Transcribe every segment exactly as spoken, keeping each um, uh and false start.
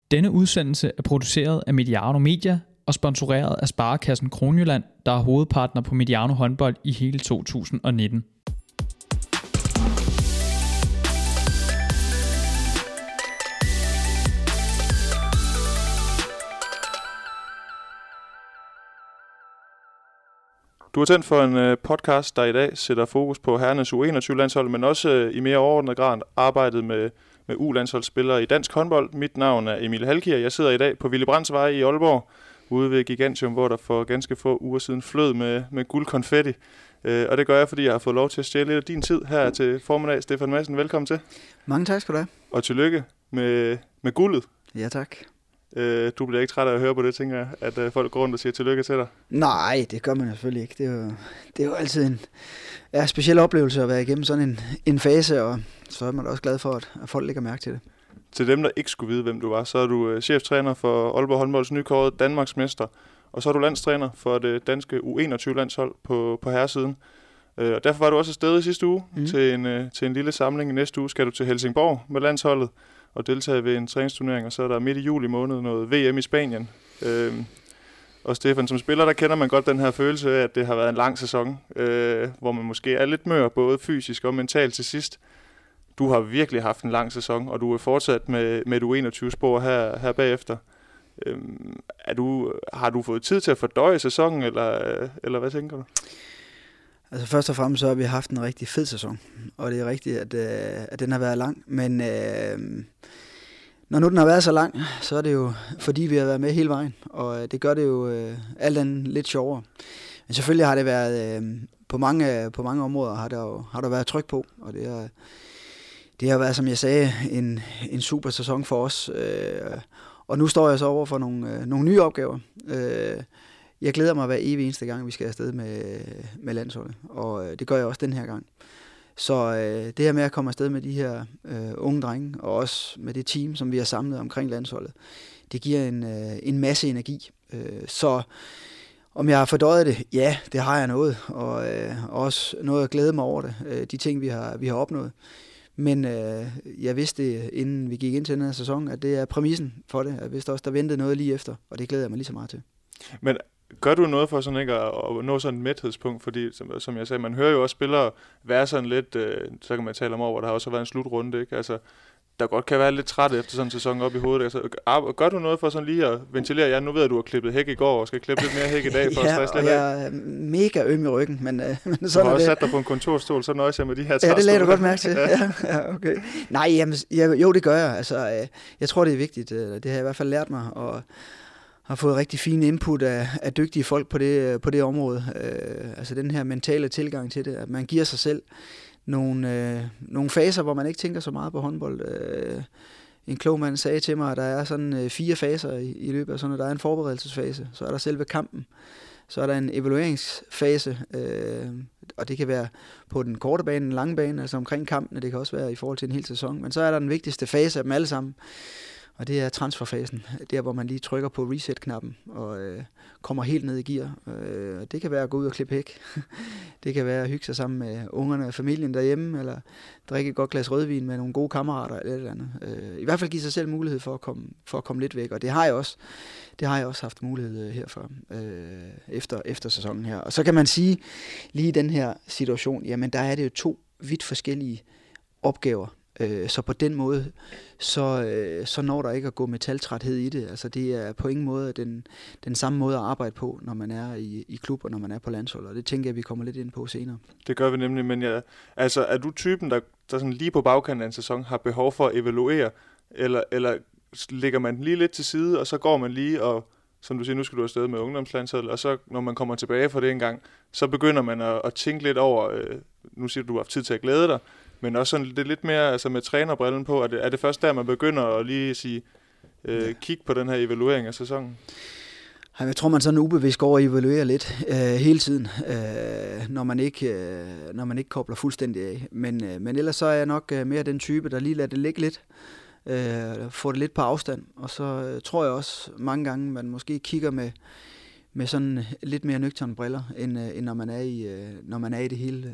Denne udsendelse er produceret af Mediano Media og sponsoreret af Sparekassen Kronjylland, der er hovedpartner på Mediano håndbold i hele to tusind og nitten. Du er tændt for en podcast, der i dag sætter fokus på herrenes U enogtyve-landshold, men også i mere overordnet grad arbejdet med, med U-landsholdsspillere i dansk håndbold. Mit navn er Emil Halkier. Jeg sidder i dag på Willy Brandtsvej i Aalborg, ude ved Gigantium, hvor der for ganske få uger siden flød med, med guldkonfetti. Og det gør jeg, fordi jeg har fået lov til at stjæle lidt af din tid her til formiddag. Stefan Madsen, velkommen til. Mange tak skal du have. Og tillykke med, med guldet. Ja, tak. Du bliver ikke træt af at høre på det, tænker jeg, at folk går rundt og siger tillykke til dig? Nej, det gør man selvfølgelig ikke. Det er jo, det er jo altid en ja, speciel oplevelse at være igennem sådan en, en fase, og så er man også glad for, at folk lægger mærke til det. Til dem, der ikke skulle vide, hvem du var, så er du cheftræner for Aalborg Håndbolds nykårede Danmarksmester, og så er du landstræner for det danske U enogtyve-landshold på, på herresiden. Og derfor var du også afsted i sidste uge mm. til, en, til en lille samling. I næste uge skal du til Helsingborg med landsholdet og deltage ved en træningsturnering, og så er der midt i juli måned noget V M i Spanien. Øhm, og Stefan, som spiller, der kender man godt den her følelse af, at det har været en lang sæson, øh, hvor man måske er lidt mør, både fysisk og mentalt til sidst. Du har virkelig haft en lang sæson, og du er fortsat med, med et U enogtyve-spor her, her bagefter. Øhm, er du, har du fået tid til at fordøje sæsonen, eller, eller hvad tænker du? Altså først og fremmest så har vi haft en rigtig fed sæson, og det er rigtigt, at, øh, at den har været lang, men øh, når nu den har været så lang, så er det jo fordi vi har været med hele vejen, og det gør det jo øh, alt andet lidt sjovere. Men selvfølgelig har det været, øh, på, mange, på mange områder har der, jo, har der været tryk på, og det har, det har været, som jeg sagde, en, en super sæson for os, øh, og nu står jeg så over for nogle, øh, nogle nye opgaver. Øh, Jeg glæder mig hver evig eneste gang, vi skal afsted med, med landsholdet, og det gør jeg også den her gang. Så øh, det her med at komme afsted med de her øh, unge drenge, og også med det team, som vi har samlet omkring landsholdet, det giver en, øh, en masse energi. Øh, så om jeg har fordøjet det? Ja, det har jeg noget, og øh, også noget at glæde mig over det, øh, de ting, vi har, vi har opnået. Men øh, jeg vidste, inden vi gik ind til den her sæson, at det er præmissen for det. Jeg vidste også, der ventede noget lige efter, og det glæder jeg mig lige så meget til. Men gør du noget for sådan ikke at, at nå sådan et mæthedspunkt? Fordi, som, som jeg sagde, man hører jo også spillere være sådan lidt, øh, så kan man tale om over, hvor der har også været en slutrunde, ikke? Altså, der godt kan være lidt træt efter sådan en sæson op i hovedet. Altså, gør du noget for sådan lige at ventilere? Ja, nu ved jeg, at du har klippet hæk i går, og skal klippe lidt mere hæk i dag for ja, at stresse lidt af. Ja, og jeg er mega øm i ryggen, men, øh, men sådan du har er også det. sat dig på en kontorstol, så nøjes jeg med de her træstole. Ja, det lagde du godt mærke til. ja, ja, okay. Nej, jamen, jeg, jo, det gør jeg. Altså, øh, jeg tror, det er vigtigt. Det har jeg i hvert fald lært mig, og har fået rigtig fine input af, af dygtige folk på det, på det område. Øh, altså den her mentale tilgang til det, at man giver sig selv nogle, øh, nogle faser, hvor man ikke tænker så meget på håndbold. Øh, en klog mand sagde til mig, at der er sådan øh, fire faser i, i løbet af sådan, at der er en forberedelsesfase, så er der selve kampen, så er der en evalueringsfase, øh, og det kan være på den korte bane, den lange bane, altså omkring kampene, det kan også være i forhold til en hel sæson, men så er der den vigtigste fase af dem alle sammen, og det er transferfasen, der hvor man lige trykker på reset-knappen og øh, kommer helt ned i gear. Øh, det kan være at gå ud og klippe hæk. Det kan være at hygge sig sammen med ungerne og familien derhjemme, eller drikke et godt glas rødvin med nogle gode kammerater eller et eller andet. Øh, I hvert fald give sig selv mulighed for at komme, for at komme lidt væk, og det har jeg også. Det har jeg også haft mulighed herfor, øh, efter, efter sæsonen her. Og så kan man sige, lige i den her situation, jamen der er det jo to vidt forskellige opgaver. Så på den måde, så, så når der ikke at gå metaltræthed i det. Altså det er på ingen måde den, den samme måde at arbejde på, når man er i, i klub og når man er på landshold. Og det tænker jeg, vi kommer lidt ind på senere. Det gør vi nemlig, men ja, altså, er du typen, der, der sådan lige på bagkanten af en sæson har behov for at evaluere, eller, eller lægger man den lige lidt til side, og så går man lige og, som du siger, nu skal du afsted med ungdomslandsholdet, og så når man kommer tilbage fra det en gang, så begynder man at, at tænke lidt over, øh, nu siger du, du har haft tid til at glæde dig, men også sådan det lidt mere altså med trænerbrillen på. Er det, er det først der, man begynder at lige sige, øh, ja. kigge på den her evaluering af sæsonen? Jeg tror, man sådan ubevidst går og evaluerer lidt øh, hele tiden, øh, når, man ikke, øh, når man ikke kobler fuldstændig af. Men, øh, men ellers så er jeg nok øh, mere den type, der lige lader det ligge lidt, øh, får det lidt på afstand. Og så øh, tror jeg også mange gange, man måske kigger med, med sådan lidt mere nøgterne briller, end, end når, man er i, når man er i det hele.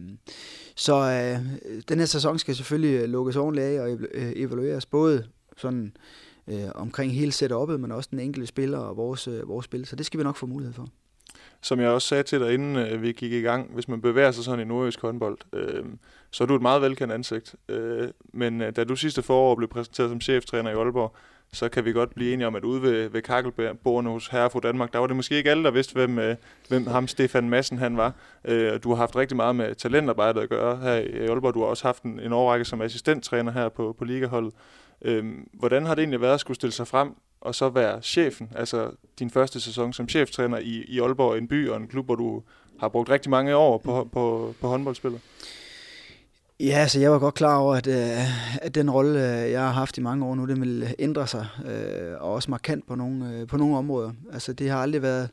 Så øh, den her sæson skal selvfølgelig lukkes ordentligt af og evalueres både sådan øh, omkring hele setup'et, men også den enkelte spiller og vores, øh, vores spil. Så det skal vi nok få mulighed for. Som jeg også sagde til dig, inden øh, vi gik i gang, hvis man bevæger sig sådan i nordjysk håndbold, øh, så er du et meget velkendt ansigt. Øh, men øh, da du sidste forår blev præsenteret som cheftræner i Aalborg, så kan vi godt blive enige om, at ude ved, ved kakkelbordene hos Herre og Fru Danmark, der var det måske ikke alle, der vidste, hvem, øh, hvem ham Stefan Madsen han var. Øh, du har haft rigtig meget med talentarbejde at gøre her i Aalborg. Du har også haft en, en årrække som assistenttræner her på, på ligaholdet. Øh, hvordan har det egentlig været at skulle stille sig frem og så være chefen, altså din første sæson som cheftræner i, i Aalborg, en by og en klub, hvor du har brugt rigtig mange år på, på, på håndboldspillet? Ja, så jeg var godt klar over, at, at den rolle, jeg har haft i mange år nu, den vil ændre sig, og også markant på nogle, på nogle områder. Altså det har aldrig været,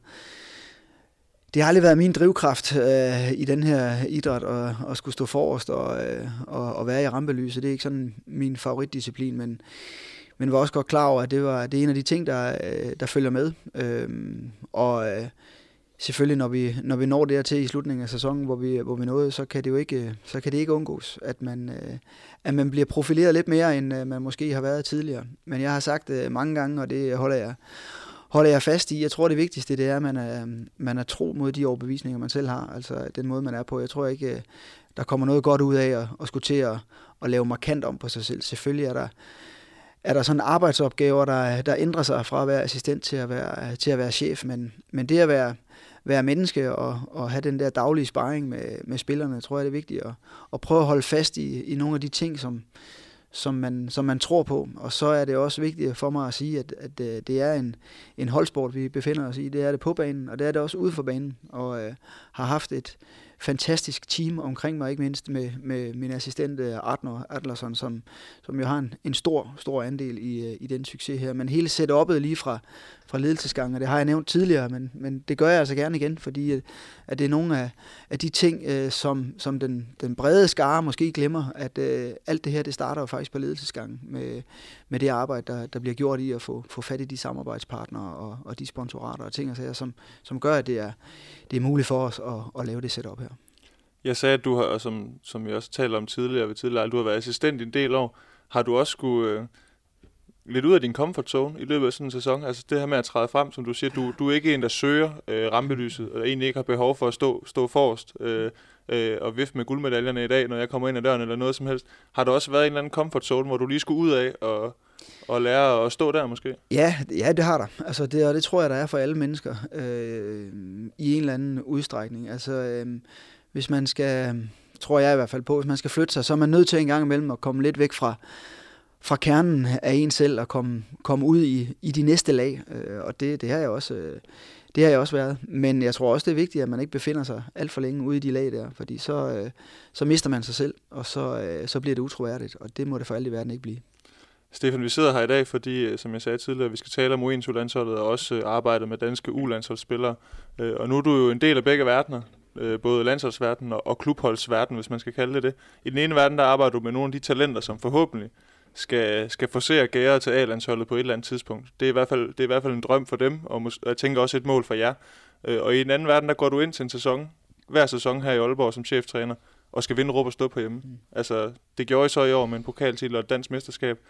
det har aldrig været min drivkraft øh, i den her idræt at, at skulle stå forrest og, og, og være i rampelyset. Det er ikke sådan min favoritdisciplin, men men var også godt klar over, at det var det er en af de ting, der, der følger med. Øhm, og øh, selvfølgelig, når vi, når vi når dertil i slutningen af sæsonen, hvor vi, hvor vi nåede, så kan det jo ikke, så kan det ikke undgås, at man, øh, at man bliver profileret lidt mere, end øh, man måske har været tidligere. Men jeg har sagt det øh, mange gange, og det holder jeg, holder jeg fast i. Jeg tror, det vigtigste det er, at man er, man er tro mod de overbevisninger, man selv har. Altså den måde, man er på. Jeg tror ikke, øh, der kommer noget godt ud af at, at skulle til at, at lave markant om på sig selv. Selvfølgelig er der er der sådan arbejdsopgaver, der, der ændrer sig fra at være assistent til at være, til at være chef, men, men det at være, være menneske og, og have den der daglige sparring med, med spillerne, tror jeg, det er vigtigt at, at prøve at holde fast i, i nogle af de ting, som, som, man, som man tror på. Og så er det også vigtigt for mig at sige, at, at det er en, en holdsport, vi befinder os i. Det er det på banen, og det er det også ude for banen, og øh, har haft et fantastisk team omkring mig, ikke mindst med, med min assistent Artner Adlersson, som, som jo har en, en stor, stor andel i, i den succes her. Men hele setup'et lige fra, fra ledelsesgangen, og det har jeg nævnt tidligere, men, men det gør jeg altså gerne igen, fordi at det er nogle af, af de ting, øh, som, som den, den brede skare måske glemmer, at øh, alt det her, det starter jo faktisk på ledelsesgangen med, med det arbejde, der, der bliver gjort i at få, få fat i de samarbejdspartnere og, og de sponsorater og ting og sager, som, som gør, at det er, det er muligt for os at, at lave det setup her. Jeg sagde, at du har, som, som jeg også talte om tidligere ved tidligere, du har været assistent i en del år. Har du også skulle øh, lidt ud af din comfort zone i løbet af sådan en sæson? Altså det her med at træde frem, som du siger, du, du er ikke en, der søger øh, rampelyset, og egentlig ikke har behov for at stå, stå forrest øh, øh, og vifte med guldmedaljerne i dag, når jeg kommer ind ad døren eller noget som helst. Har der også været en eller anden comfort zone, hvor du lige skulle ud af og, og lære at stå der måske? Ja, ja, det har der. Altså det, og det tror jeg, der er for alle mennesker øh, i en eller anden udstrækning. Altså øh, hvis man skal, tror jeg i hvert fald på, hvis man skal flytte sig, så er man nødt til en gang imellem at komme lidt væk fra, fra kernen af en selv og komme, komme ud i, i de næste lag. Og det, det, har jeg også, det har jeg også været. Men jeg tror også, det er vigtigt, at man ikke befinder sig alt for længe ude i de lag der, fordi så, så mister man sig selv, og så, så bliver det utroværdigt, og det må det for alt i verden ikke blive. Stefan, vi sidder her i dag, fordi, som jeg sagde tidligere, vi skal tale om U enogtyve-landsholdet og også arbejde med danske U landsholdsspillere. Og nu er du jo en del af begge verdener. Både landsholdsverden og klubholdsverden, hvis man skal kalde det det. I den ene verden, der arbejder du med nogle af de talenter, som forhåbentlig skal, skal forsere gære til A-landsholdet på et eller andet tidspunkt. Det er i hvert fald, det er i hvert fald en drøm for dem, og mås- jeg tænker også et mål for jer. Og i den anden verden, der går du ind til en sæson, hver sæson her i Aalborg som cheftræner, og skal vinde, råbe og stå på hjemme. Mm. Altså, det gjorde I så i år med en pokaltitel og et dansk mesterskab.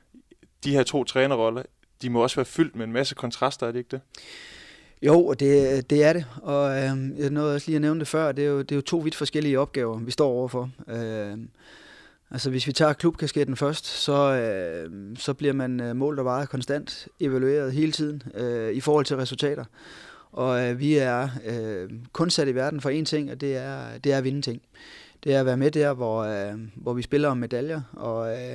De her to trænerroller, de må også være fyldt med en masse kontraster, er det ikke det? Jo, og det, det er det, og øh, jeg nåede også lige at nævne det før, det er jo, det er jo to vidt forskellige opgaver, vi står overfor. Øh, altså hvis vi tager klubkasketten først, så, øh, så bliver man målt og vejet konstant, evalueret hele tiden øh, i forhold til resultater. Og øh, vi er øh, kun sat i verden for én ting, og det er, det er at vinde ting. Det er at være med der, hvor, øh, hvor vi spiller om medaljer, og... Øh,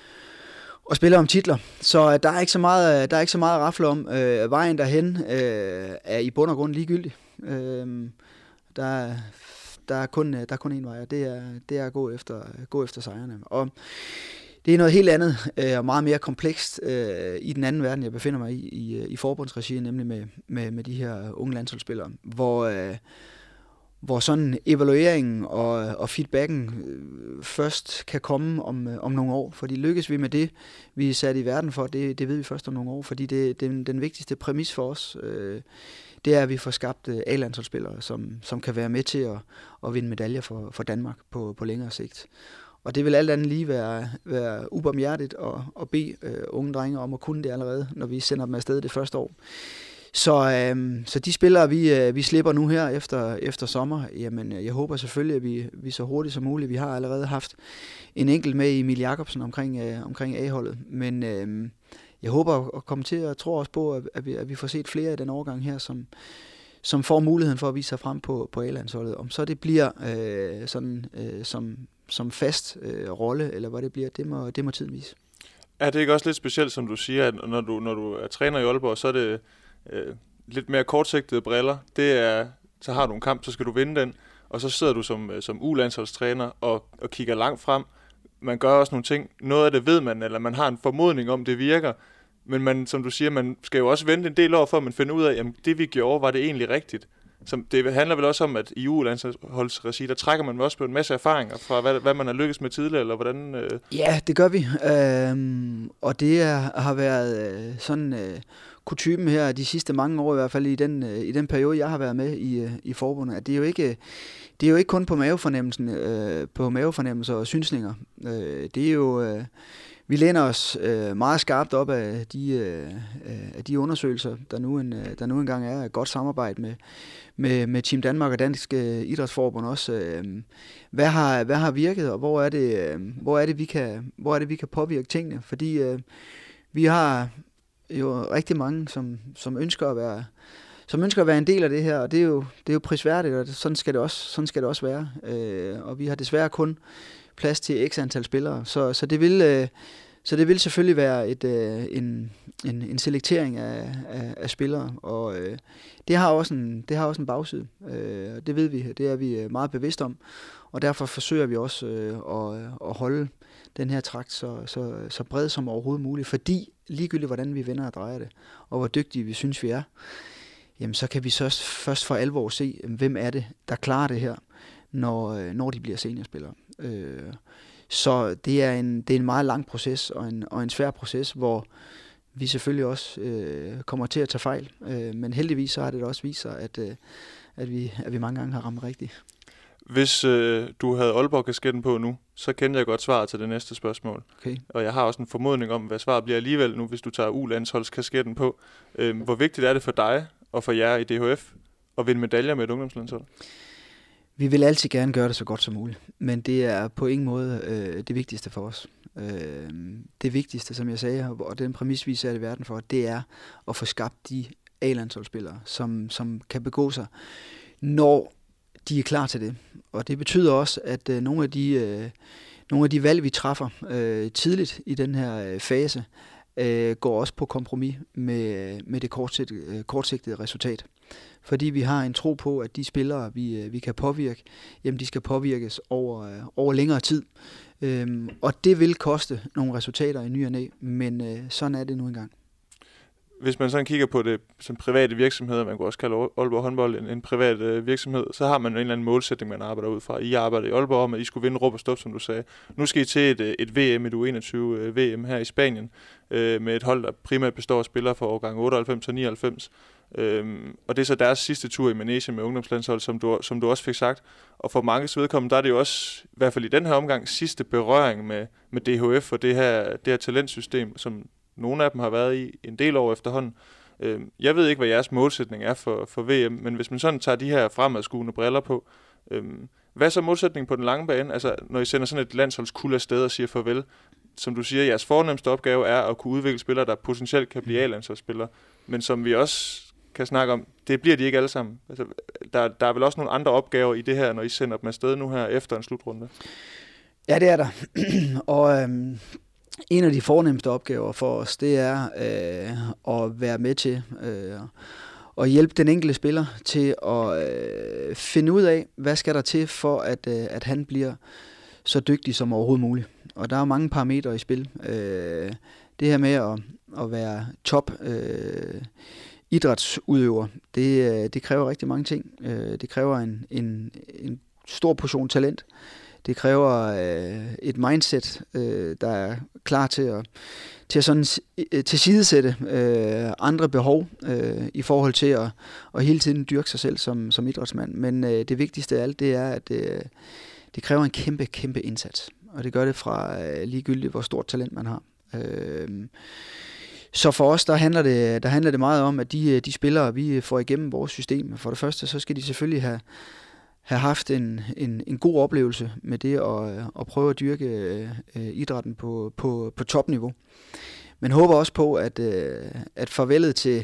og spiller om titler, så der er ikke så meget, der er ikke så meget at rafle om. Øh, vejen derhen øh, er i bund og grund ligegyldig. Øh, der, der er kun der er kun én vej, og det er det er at gå efter gå efter sejrene. Og det er noget helt andet øh, og meget mere komplekst øh, i den anden verden, jeg befinder mig i i, i forbundsregi, nemlig med med med de her unge landsholdsspillere, hvor øh, hvor sådan evalueringen og, og feedbacken øh, først kan komme om, øh, om nogle år. Fordi lykkes vi med det, vi er sat i verden for, det, det ved vi først om nogle år. Fordi det, det, den vigtigste præmis for os, øh, det er, at vi får skabt øh, A-landsholdsspillere, som, som kan være med til at, at vinde medaljer for, for Danmark på, på længere sigt. Og det vil alt andet lige være, være ubarmhjertigt at, at bede øh, unge drenge om at kunne det allerede, når vi sender dem afsted det første år. Så, øh, så de spillere, vi, øh, vi slipper nu her efter, efter sommer, jamen jeg håber selvfølgelig, at vi, vi så hurtigt som muligt. Vi har allerede haft en enkelt med Emil Jacobsen omkring, øh, omkring A-holdet, men øh, jeg håber at komme til, og tror også på, at, at, vi, at vi får set flere i den overgang her, som, som får muligheden for at vise sig frem på, på A-landsholdet. Om så det bliver øh, sådan øh, som, som fast øh, rolle, eller hvad det bliver, det må, det må tiden vise. Er det ikke også lidt specielt, som du siger, at når du, når du er træner i Aalborg, så er det øh, lidt mere kortsigtede briller. Det er, så har du en kamp, så skal du vinde den, og så sidder du som, som U-landsholdstræner og, og kigger langt frem. Man gør også nogle ting, noget af det ved man, eller man har en formodning om, det virker, men man, som du siger, man skal jo også vente en del år, før man finder ud af, jamen det vi gjorde, var det egentlig rigtigt. Som, det handler vel også om, at i U-landsholdsregi, der trækker man også på en masse erfaringer fra, hvad, hvad man har lykkes med tidligere, eller hvordan... Øh... Ja, det gør vi, øhm, og det er, har været øh, sådan øh, kutymen her de sidste mange år, i hvert fald i den, øh, i den periode, jeg har været med i, øh, i forbundet, at det er jo ikke... Det er jo ikke kun på mavefornemmelsen, øh, på mavefornemmelser og synsninger. Øh, det er jo, øh, vi læner os øh, meget skarpt op af de, øh, af de undersøgelser, der nu, en, der nu engang er et godt samarbejde med, med, med Team Danmark og Dansk øh, Idrætsforbund også. Øh, hvad, har, hvad har virket, og hvor er det, øh, hvor er det, vi kan, hvor er det, vi kan påvirke tingene? Fordi øh, vi har jo rigtig mange, som, som ønsker at være som ønsker at være en del af det her, og det er jo, det er jo prisværdigt, og sådan skal det også, sådan skal det også være. Øh, og vi har desværre kun plads til x antal spillere, så, så, det, vil, øh, så det vil selvfølgelig være et, øh, en, en, en selektering af, af, af spillere, og øh, det, har også en, det har også en bagside. Øh, det ved vi, det er vi meget bevidste om, og derfor forsøger vi også øh, at, at holde den her trakt så, så, så bred som overhovedet muligt, fordi ligegyldigt hvordan vi vender og drejer det, og hvor dygtige vi synes vi er, jamen så kan vi så først for alvor se, hvem er det, der klarer det her, når, når de bliver seniorspillere. Øh, så det er, en, det er en meget lang proces, og en, og en svær proces, hvor vi selvfølgelig også øh, kommer til at tage fejl. Øh, men heldigvis så har det også vist sig, at, øh, at, vi, at vi mange gange har ramt rigtigt. Hvis øh, du havde Aalborg-kasketten på nu, så kender jeg godt svaret til det næste spørgsmål. Okay. Og jeg har også en formodning om, hvad svaret bliver alligevel nu, hvis du tager U-landsholdskasketten på. Øh, hvor vigtigt er det for dig og for jer i D H F at vinde medaljer med et ungdomslandshold? Vi vil altid gerne gøre det så godt som muligt, men det er på ingen måde øh, det vigtigste for os. Øh, det vigtigste, som jeg sagde, og den præmis, vi ser i verden for, det er at få skabt de A-landsholdsspillere, som, som kan begå sig, når de er klar til det. Og det betyder også, at øh, nogle, af de, øh, nogle af de valg, vi træffer øh, tidligt i den her øh, fase, øh, går også på kompromis med, med det kortsigtede, øh, kortsigtede resultat. Fordi vi har en tro på, at de spillere, vi, vi kan påvirke, jamen de skal påvirkes over, over længere tid. Øhm, og det vil koste nogle resultater i ny og næ, men øh, sådan er det nu engang. Hvis man sådan kigger på det som private virksomheder, man kunne også kalde Aalborg Håndbold en, en privat øh, virksomhed, så har man en eller anden målsætning, man arbejder ud fra. I arbejder i Aalborg om, at I skulle vinde råb og stop, som du sagde. Nu skal I til et, et V M, et U enogtyve øh, V M her i Spanien, øh, med et hold, der primært består af spillere fra årgang otteoghalvfems og nioghalvfems. Øhm, og det er så deres sidste tur i manege med ungdomslandshold, som du, som du også fik sagt. Og for manges vedkommende, der er det jo også, i hvert fald i den her omgang, sidste berøring med, med D H F og det her, det her talentsystem, som nogle af dem har været i en del år efterhånden. Øhm, jeg ved ikke, hvad jeres målsætning er for, for V M, men hvis man sådan tager de her fremadskuende briller på, øhm, hvad er så målsætningen på den lange bane? Altså, når I sender sådan et landsholdskuld afsted og siger farvel, som du siger, jeres fornemmeste opgave er at kunne udvikle spillere, der potentielt kan blive A-landsholdsspillere, men som vi også kan snakke om, det bliver de ikke alle sammen. Altså, der, der er vel også nogle andre opgaver i det her, når I sender dem afsted nu her efter en slutrunde? Ja, det er der. Og øhm, en af de fornemmeste opgaver for os, det er øh, at være med til øh, at hjælpe den enkelte spiller til at øh, finde ud af, hvad skal der til for, at, øh, at han bliver så dygtig som overhovedet muligt. Og der er mange parametre i spil. Øh, det her med at, at være top øh, idrætsudøver, det, det kræver rigtig mange ting. Det kræver en, en, en stor portion talent. Det kræver øh, et mindset, øh, der er klar til at, til at sådan, øh, tilsidesætte øh, andre behov øh, i forhold til at, at hele tiden dyrke sig selv som, som idrætsmand. Men øh, det vigtigste af alt, det er, at det, det kræver en kæmpe, kæmpe indsats. og det gør det fra øh, ligegyldigt, hvor stort talent man har. Øh, så for os, der handler, det, der handler det meget om, at de, de spillere, vi får igennem vores system, for det første, så skal de selvfølgelig have, have haft en, en, en god oplevelse med det at, at prøve at dyrke øh, idrætten på, på, på topniveau. Men håber også på, at, øh, at farvelet til,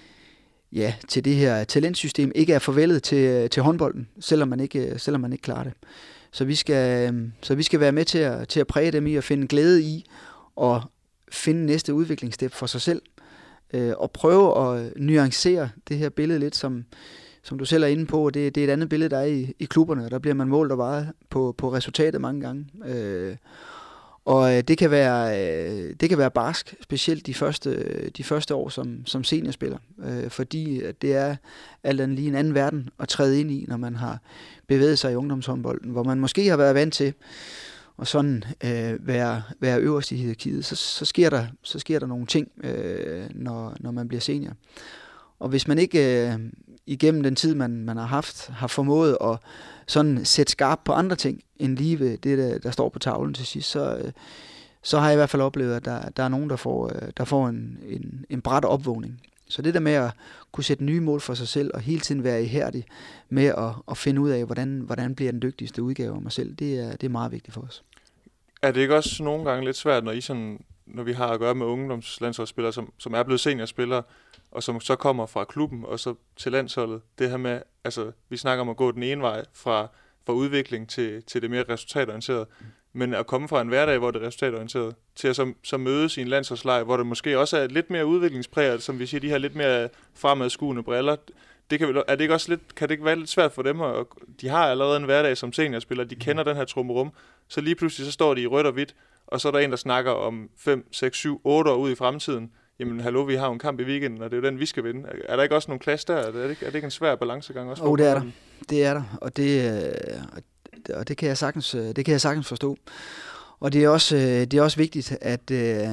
ja, til det her talentsystem ikke er farvelet til, til håndbolden, selvom man ikke, selvom man ikke klarer det. Så vi skal, så vi skal være med til at, til at præge dem i at finde glæde i og finde næste udviklingsstep for sig selv, øh, og prøve at nuancere det her billede lidt, som, som du selv er inde på. Det, det er et andet billede, der er i, i klubberne, og der bliver man målt og vejet på, på resultatet mange gange. Øh, og det kan være, det kan være barsk, specielt de første, de første år som, som seniorspiller, øh, fordi det er alt andet lige en anden verden at træde ind i, når man har bevæget sig i ungdomshåndbolden, hvor man måske har været vant til og sådan øh, være, være øverst i hierarkiet, så, så, sker der, så sker der nogle ting, øh, når, når man bliver senior. Og hvis man ikke øh, igennem den tid, man, man har haft, har formået at sådan sætte skarpt på andre ting, end lige ved det, der, der står på tavlen til sidst, så, øh, så har jeg i hvert fald oplevet, at der, der er nogen, der får, øh, der får en, en, en brat opvågning. Så det der med at kunne sætte nye mål for sig selv, og hele tiden være ihærdig med at, at finde ud af, hvordan, hvordan bliver den dygtigste udgave af mig selv, det er, det er meget vigtigt for os. Er det ikke også nogle gange lidt svært, når, I sådan, når vi har at gøre med ungdomslandsholdsspillere, som, som er blevet seniorspillere, og som så kommer fra klubben og så til landsholdet, det her med, altså vi snakker om at gå den ene vej fra, fra udvikling til, til det mere resultatorienterede, men at komme fra en hverdag, hvor det er resultatorienteret, til at så, så mødes i en landsholdslejr, hvor det måske også er lidt mere udviklingspræget, som vi siger, de her lidt mere fremadskuende briller. Det kan, er det ikke også lidt, kan det ikke være lidt svært for dem? Og de har allerede en hverdag som seniorspillere, de kender den her trummerum, så lige pludselig så står de i rødt og hvidt, og så er der en, der snakker om fem, seks, syv, otte år ud i fremtiden. Jamen hallo, vi har jo en kamp i weekenden, og det er jo den, vi skal vinde. Er der ikke også nogle klasse der? Er det ikke, er det ikke en svær balancegang også? Jo, oh, det er der. Det er der, og det, og det kan jeg sagtens, det kan jeg sagtens forstå. Og det er også, det er også vigtigt, at,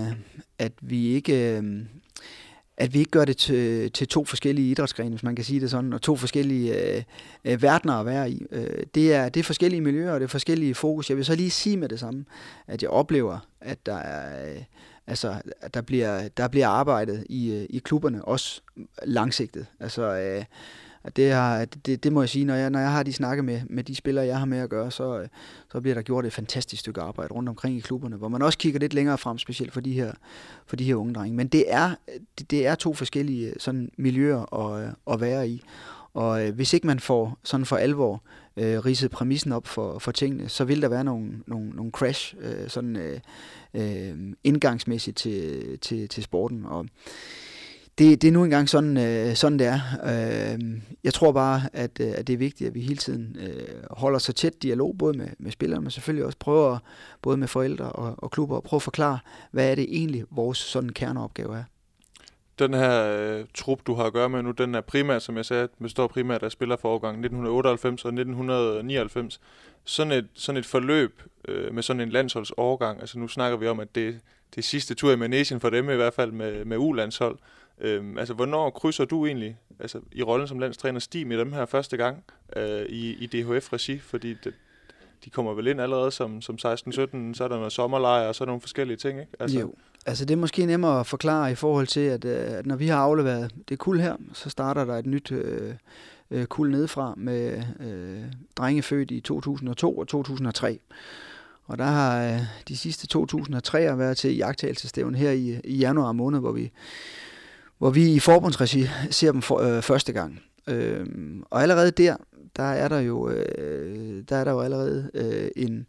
at vi ikke... at vi ikke gør det til, til to forskellige idrætsgrene, hvis man kan sige det sådan, og to forskellige øh, øh, verdener at være i. Øh, det, er, det er forskellige miljøer, og det er forskellige fokus. Jeg vil så lige sige med det samme, at jeg oplever, at der er, øh, altså, at der bliver, der bliver arbejdet i, øh, i klubberne, også langsigtet. Altså, øh, det, har, det, det må jeg sige, når jeg, når jeg har de snakke med, med de spillere, jeg har med at gøre, så, så bliver der gjort et fantastisk stykke arbejde rundt omkring i klubberne, hvor man også kigger lidt længere frem, specielt for de her, for de her unge drenge. Men det er, det, det er to forskellige sådan, miljøer at, at være i. Og øh, hvis ikke man får sådan for alvor øh, ridset præmissen op for, for tingene, så vil der være nogle, nogle, nogle crash øh, sådan, øh, øh, indgangsmæssigt til, til, til sporten. Og Det, det er nu engang sådan, øh, sådan det er. Øh, jeg tror bare, at, øh, at det er vigtigt, at vi hele tiden øh, holder så tæt dialog, både med, med spillerne, men selvfølgelig også prøver, både med forældre og, og klubber, at prøve at forklare, hvad er det egentlig, vores sådan kerneopgave er. Den her øh, trup, du har at gøre med nu, den er primært, som jeg sagde, består primært af spillere for årgang nitten otteoghalvfems og nitten nioghalvfems. Sådan et, sådan et forløb øh, med sådan en landsholdsårgang, altså nu snakker vi om, at det, det er sidste tur i Manesien for dem, i hvert fald med, med U-landshold. Øhm, altså, hvornår krydser du egentlig altså, i rollen som landstræner sti med dem her første gang øh, i, i D H F-regi? Fordi det, de kommer vel ind allerede som, som seksten sytten, så er der noget sommerlejr og så er der nogle forskellige ting, ikke? Altså. Jo, altså det er måske nemmere at forklare i forhold til, at, at når vi har afleveret det kuld her, så starter der et nyt øh, øh, kuld nedefra med øh, drenge født i to tusind og to og to tusind og tre. Og der har øh, de sidste to tusind og tre været til iagttagelsesstævn her i, i januar måned, hvor vi hvor vi i forbundsregi ser dem for, øh, første gang. Øh, og allerede der, der er der jo, øh, der er der jo allerede øh, en,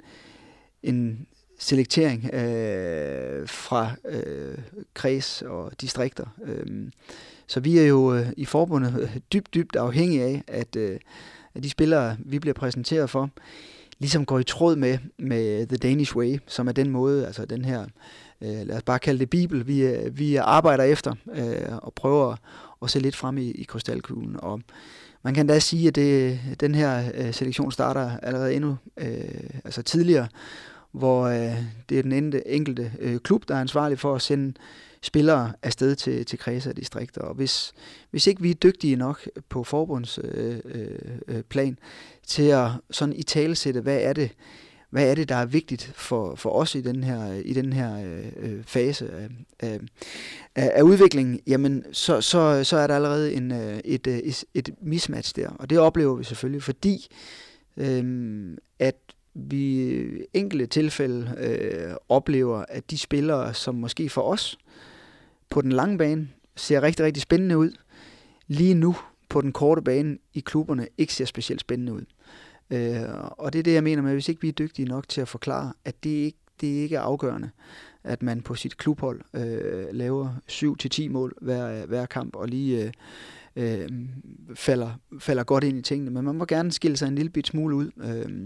en selektering øh, fra øh, kreds og distrikter. Øh, så vi er jo øh, i forbundet dybt, dybt afhængige af, at, øh, at de spillere, vi bliver præsenteret for, ligesom går i tråd med, med The Danish Way, som er den måde, altså den her, øh, lad os bare kalde det Bibel, vi, vi arbejder efter øh, og prøver at, at se lidt frem i, i krystalkuglen. Og man kan da sige, at det, den her øh, selektion starter allerede endnu øh, altså tidligere, hvor øh, det er den enkelte, enkelte øh, klub, der er ansvarlig for at sende spillere afsted til, til kredse og distrikter. Og hvis, hvis ikke vi er dygtige nok på forbundsplan øh, øh, til at sådan italesætte, hvad er det, hvad er det, der er vigtigt for, for os i den her, i den her øh, fase af, af, af udviklingen, jamen så, så, så er der allerede en, et, et, et mismatch der. Og det oplever vi selvfølgelig, fordi øh, at vi i enkelte tilfælde øh, oplever, at de spillere, som måske for os på den lange bane ser rigtig, rigtig spændende ud, lige nu på den korte bane i klubberne ikke ser specielt spændende ud. Øh, og det er det, jeg mener med, at hvis ikke vi er dygtige nok til at forklare, at det ikke, det ikke er afgørende, at man på sit klubhold øh, laver syv til ti mål hver, hver kamp, og lige øh, øh, falder, falder godt ind i tingene. Men man må gerne skille sig en lille bit smule ud. Øh,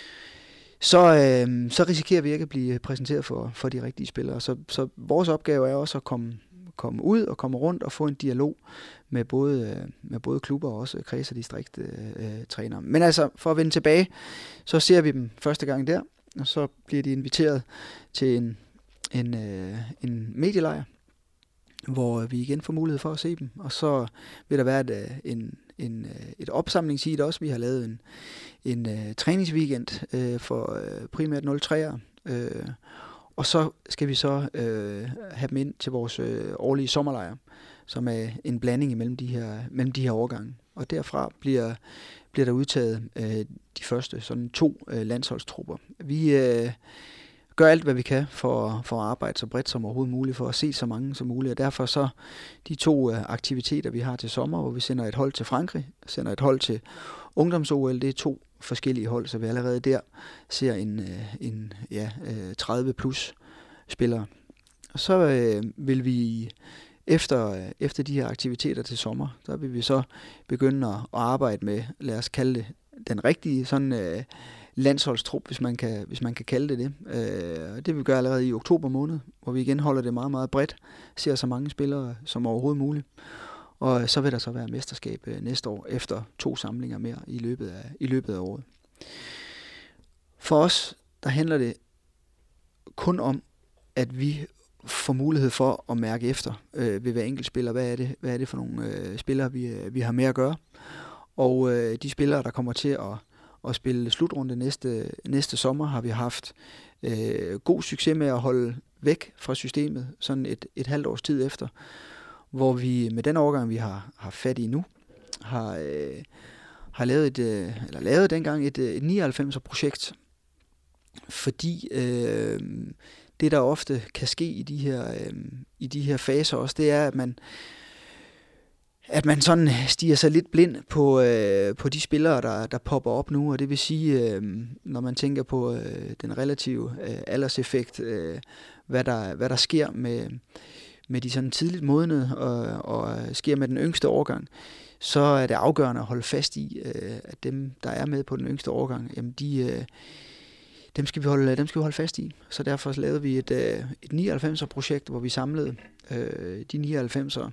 så, øh, så risikerer vi ikke at blive præsenteret for, for de rigtige spillere. Så, så vores opgave er også at komme, komme ud og komme rundt og få en dialog med både, med både klubber og også kreds- og distriktstrænere. Men altså, for at vende tilbage, så ser vi dem første gang der, og så bliver de inviteret til en, en, øh, en medielejr, hvor vi igen får mulighed for at se dem. Og så vil der være et, en, en, et opsamlingsheat også. Vi har lavet en, en uh, træningsweekend uh, for uh, primært nul tre'ere. Uh, og så skal vi så uh, have dem ind til vores uh, årlige sommerlejr, som er en blanding imellem de her, mellem de her årgange. Og derfra bliver, bliver der udtaget uh, de første sådan to uh, landsholdstrupper. Vi uh, gør alt, hvad vi kan for, for at arbejde så bredt som overhovedet muligt, for at se så mange som muligt. Og derfor så de to uh, aktiviteter, vi har til sommer, hvor vi sender et hold til Frankrig, sender et hold til ungdoms-O L, det er to forskellige hold, så vi allerede der ser en, uh, en ja, uh, tredive plus spillere. Og så uh, vil vi efter, uh, efter de her aktiviteter til sommer, så vil vi så begynde at, at arbejde med, lad os kalde det, den rigtige sådan uh, landsholdstrup, hvis man kan, hvis man kan kalde det det. Øh, det vil vi gøre allerede i oktober måned, hvor vi igen holder det meget, meget bredt, ser så mange spillere som overhovedet muligt. Og så vil der så være mesterskab næste år, efter to samlinger mere i løbet af, i løbet af året. For os, der handler det kun om, at vi får mulighed for at mærke efter øh, ved hver enkelt spiller. Hvad er det, hvad er det for nogle øh, spillere, vi, vi har med at gøre? Og øh, de spillere, der kommer til at og spille slutrunde næste, næste sommer, har vi haft øh, god succes med at holde væk fra systemet, sådan et, et halvt års tid efter, hvor vi med den overgang, vi har, har fat i nu, har, øh, har lavet, et, øh, eller lavet dengang et, et nioghalvfemser-projekt, fordi øh, det, der ofte kan ske i de her, øh, i de her faser også, det er, at man at man sådan stiger sig lidt blind på, øh, på de spillere, der, der popper op nu, og det vil sige, øh, når man tænker på øh, den relative øh, alderseffekt, øh, hvad, der, hvad der sker med, med de sådan tidligt modnede, og, og sker med den yngste årgang, så er det afgørende at holde fast i, øh, at dem, der er med på den yngste årgang, jamen de, øh, dem, skal vi holde, dem skal vi holde fast i. Så derfor lavede vi et, øh, et nioghalvfemser-projekt, hvor vi samlede øh, de nioghalvfemser,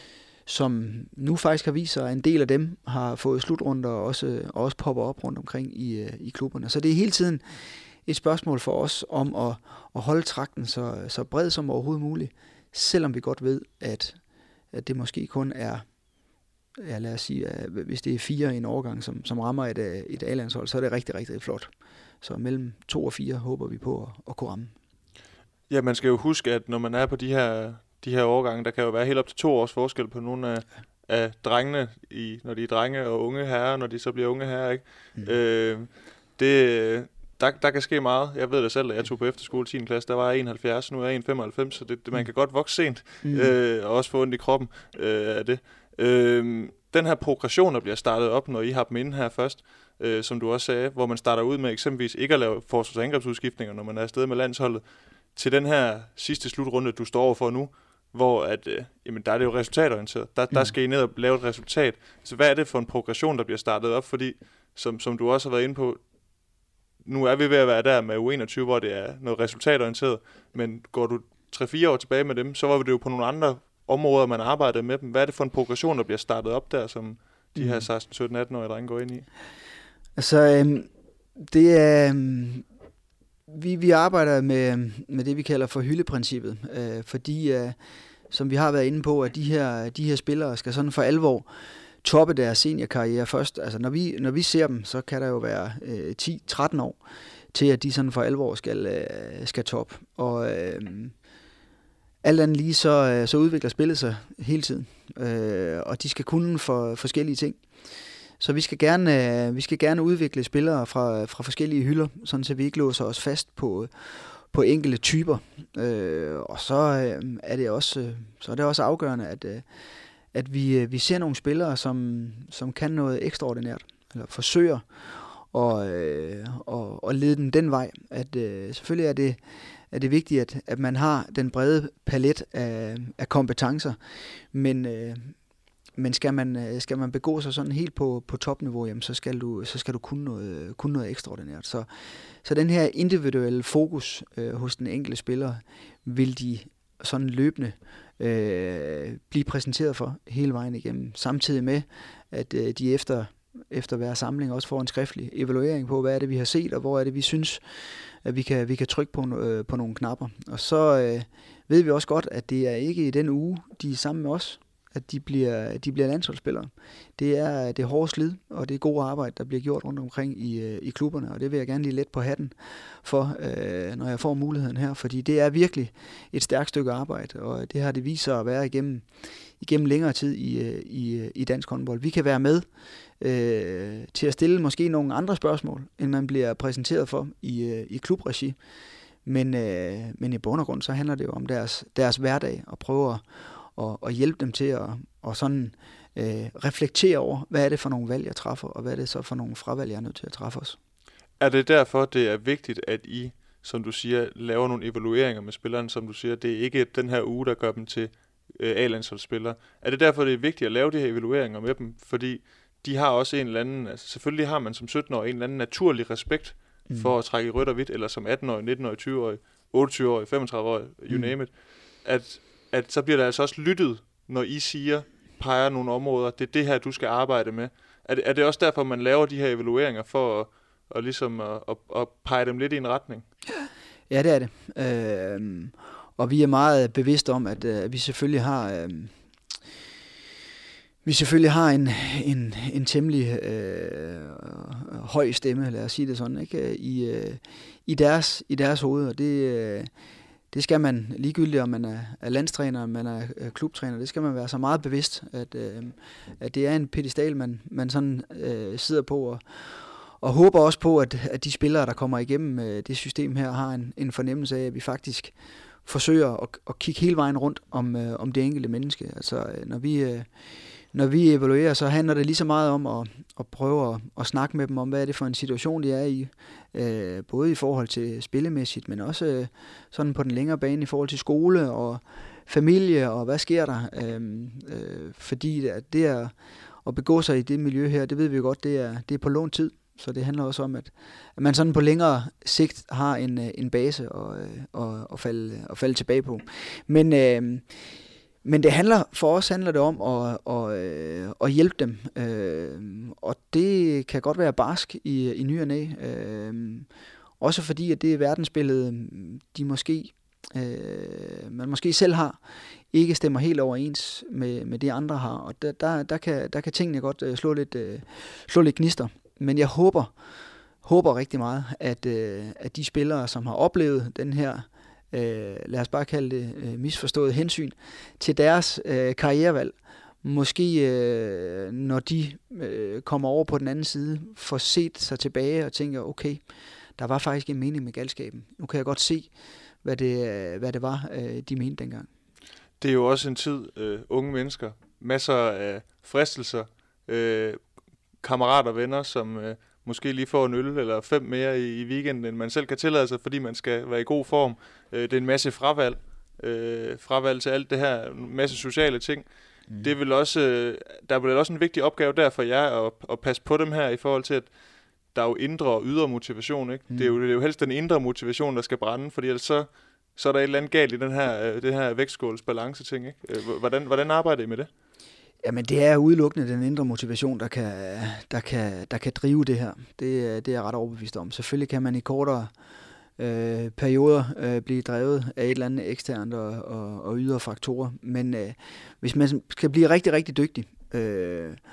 som nu faktisk har vist sig, at en del af dem har fået slutrunder og også, og også popper op rundt omkring i, i klubberne. Så det er hele tiden et spørgsmål for os om at, at holde trakten så, så bred som overhovedet muligt, selvom vi godt ved, at, at det måske kun er, ja, lad os sige, at hvis det er fire i en årgang, som, som rammer et, et A-landshold, så er det rigtig, rigtig flot. Så mellem to og fire håber vi på at, at kunne ramme. Ja, man skal jo huske, at når man er på de her de her årgange, der kan jo være helt op til to års forskel på nogle af, af drengene, i, når de er drenge og unge herrer, når de så bliver unge herrer, ikke? Mm. Øh, det, der, der kan ske meget. Jeg ved det selv, at jeg tog på efterskole tiende klasse, der var jeg enoghalvfjerds, nu er jeg en komma femoghalvfems, så det, det, man kan godt vokse sent, mm. øh, og også få ondt i kroppen øh, af det. Øh, den her progression, der bliver startet op, når I har dem inde her først, øh, som du også sagde, hvor man starter ud med eksempelvis ikke at lave forsvars- og angrebsudskiftninger, når man er afsted med landsholdet, til den her sidste slutrunde, du står overfor nu, hvor at, øh, jamen, der er det jo resultatorienteret. Der, der skal I ned og lave et resultat. Så hvad er det for en progression, der bliver startet op? Fordi, som, som du også har været inde på, nu er vi ved at være der med U enogtyve, hvor det er noget resultatorienteret, men går du tre fire år tilbage med dem, så var det jo på nogle andre områder, man arbejdede med dem. Hvad er det for en progression, der bliver startet op der, som de her seksten, sytten, atten-årige drenge går ind i? Altså, øhm, det er... Øhm Vi, vi arbejder med, med det, vi kalder for hyldeprincippet, øh, fordi, øh, som vi har været inde på, at de her, de her spillere skal sådan for alvor toppe deres seniorkarriere først. Altså, når vi, når vi ser dem, så kan der jo være øh, ti tretten år til at de sådan for alvor skal, øh, skal top. Og øh, alt andet lige, så, så udvikler spillet sig hele tiden, øh, og de skal kunne for forskellige ting. Så vi skal gerne, øh, vi skal gerne udvikle spillere fra, fra forskellige hylder, sådan så vi ikke låser os fast på, på enkelte typer. Øh, og så, øh, er det også, øh, så er det også afgørende, at, øh, at vi, øh, vi ser nogle spillere, som, som kan noget ekstraordinært, eller forsøger at, øh, og, og lede den den vej. At, øh, selvfølgelig er det, er det vigtigt, at, at man har den brede palet af, af kompetencer, men, øh, men skal, man, skal man begå sig sådan helt på, på topniveau, jamen, så skal du, så skal du kunne noget, kunne noget ekstraordinært. Så, så den her individuelle fokus øh, hos den enkelte spiller, vil de sådan løbende øh, blive præsenteret for hele vejen igennem, samtidig med, at øh, de efter efter hver samling også får en skriftlig evaluering på, hvad er det, vi har set, og hvor er det, vi synes, at vi kan, vi kan trykke på, øh, på nogle knapper. Og så øh, ved vi også godt, at det er ikke i den uge, de er sammen med os, at de bliver, de bliver landsholdsspillere. Det er det hårde slid, og det gode arbejde, der bliver gjort rundt omkring i, i klubberne, og det vil jeg gerne lige let på hatten for, øh, når jeg får muligheden her, fordi det er virkelig et stærkt stykke arbejde, og det har det vist sig at være igennem, igennem længere tid i, i, i dansk håndbold. Vi kan være med øh, til at stille måske nogle andre spørgsmål, end man bliver præsenteret for i, i klubregi, men, øh, men i bund og grund, så handler det jo om deres, deres hverdag, og prøve at Og, og hjælpe dem til at og sådan, øh, reflektere over, hvad er det for nogle valg, jeg træffer, og hvad er det så for nogle fravalg, jeg er nødt til at træffe os. Er det derfor, det er vigtigt, at I, som du siger, laver nogle evalueringer med spillerne, som du siger, det er ikke den her uge, der gør dem til øh, A-landsholdsspillere. Er det derfor, det er vigtigt at lave de her evalueringer med dem? Fordi de har også en eller anden, altså selvfølgelig har man som sytten-årig en eller anden naturlig respekt mm. for at trække i rødt og hvidt, eller som atten-årig, nitten-årig, tyve-årig, otteogtyve-årig, femogtredive-årig, you mm. name it, at at så bliver der altså også lyttet, når I siger, peger nogle områder, det er det her, du skal arbejde med. Er det, er det også derfor, man laver de her evalueringer, for at, og ligesom at, at, at pege dem lidt i en retning? Ja, det er det. Øh, og vi er meget bevidste om, at øh, vi selvfølgelig har... Øh, Vi selvfølgelig har en, en, en temmelig øh, høj stemme, lad os sige det sådan, ikke? I, øh, i, deres, i deres hoved, og det... Øh, Det skal man, ligegyldigt om man er, er landstræner, om man er, er klubtræner, det skal man være så meget bevidst, at, øh, at det er en pedestal, man, man sådan øh, sidder på, og, og håber også på, at, at de spillere, der kommer igennem øh, det system her, har en, en fornemmelse af, at vi faktisk forsøger at, at kigge hele vejen rundt om, øh, om det enkelte menneske. Altså, øh, når vi... Øh, Når vi evaluerer, så handler det lige så meget om at, at prøve at, at snakke med dem om, hvad er det for en situation, de er i. Øh, både i forhold til spillemæssigt, men også øh, sådan på den længere bane i forhold til skole og familie, og hvad sker der. Øh, øh, fordi det er at begå sig i det miljø her, det ved vi jo godt, det er, det er på lånt tid. Så det handler også om, at, at man sådan på længere sigt har en, en base at, at, at, falde, at falde tilbage på. Men... Øh, Men det handler, for os handler det om at, at, at hjælpe dem, øh, og det kan godt være barsk i, i ny og næ. Øh, også fordi, at det verdensbillede, de måske, øh, man måske selv har, ikke stemmer helt overens med, med det, andre har. Og der, der, der, kan, der kan tingene godt slå lidt, slå lidt gnister. Men jeg håber, håber rigtig meget, at, at de spillere, som har oplevet den her, Øh, lad os bare kalde det øh, misforstået hensyn til deres øh, karrierevalg, måske øh, når de øh, kommer over på den anden side, får set sig tilbage og tænker, okay, der var faktisk en mening med galskaben. Nu kan jeg godt se, hvad det, øh, hvad det var, øh, de mente dengang. Det er jo også en tid, øh, unge mennesker, masser af fristelser, øh, kammerater, venner, som... Øh, måske lige får en øl eller fem mere i, i weekenden, end man selv kan tillade sig, fordi man skal være i god form. Øh, det er en masse fravalg. Øh, fravalg til alt det her, en masse sociale ting. Mm. Det er vel også, øh, der er vel også en vigtig opgave der for jer at, at passe på dem her, i forhold til, at der er jo indre og ydre motivation. Ikke? Mm. Det, er jo, det er jo helst den indre motivation, der skal brænde, fordi ellers så, så er der et eller andet galt i den her, øh, det her vægtskåls balance ting. Ikke? Hvordan, hvordan arbejder I med det? Jamen, det er udelukkende den indre motivation, der kan, der kan, der kan drive det her. Det, det er jeg ret overbevist om. Selvfølgelig kan man i kortere øh, perioder øh, blive drevet af et eller andet eksternt og, og, og ydre faktorer. Men øh, hvis man skal blive rigtig, rigtig dygtig, øh,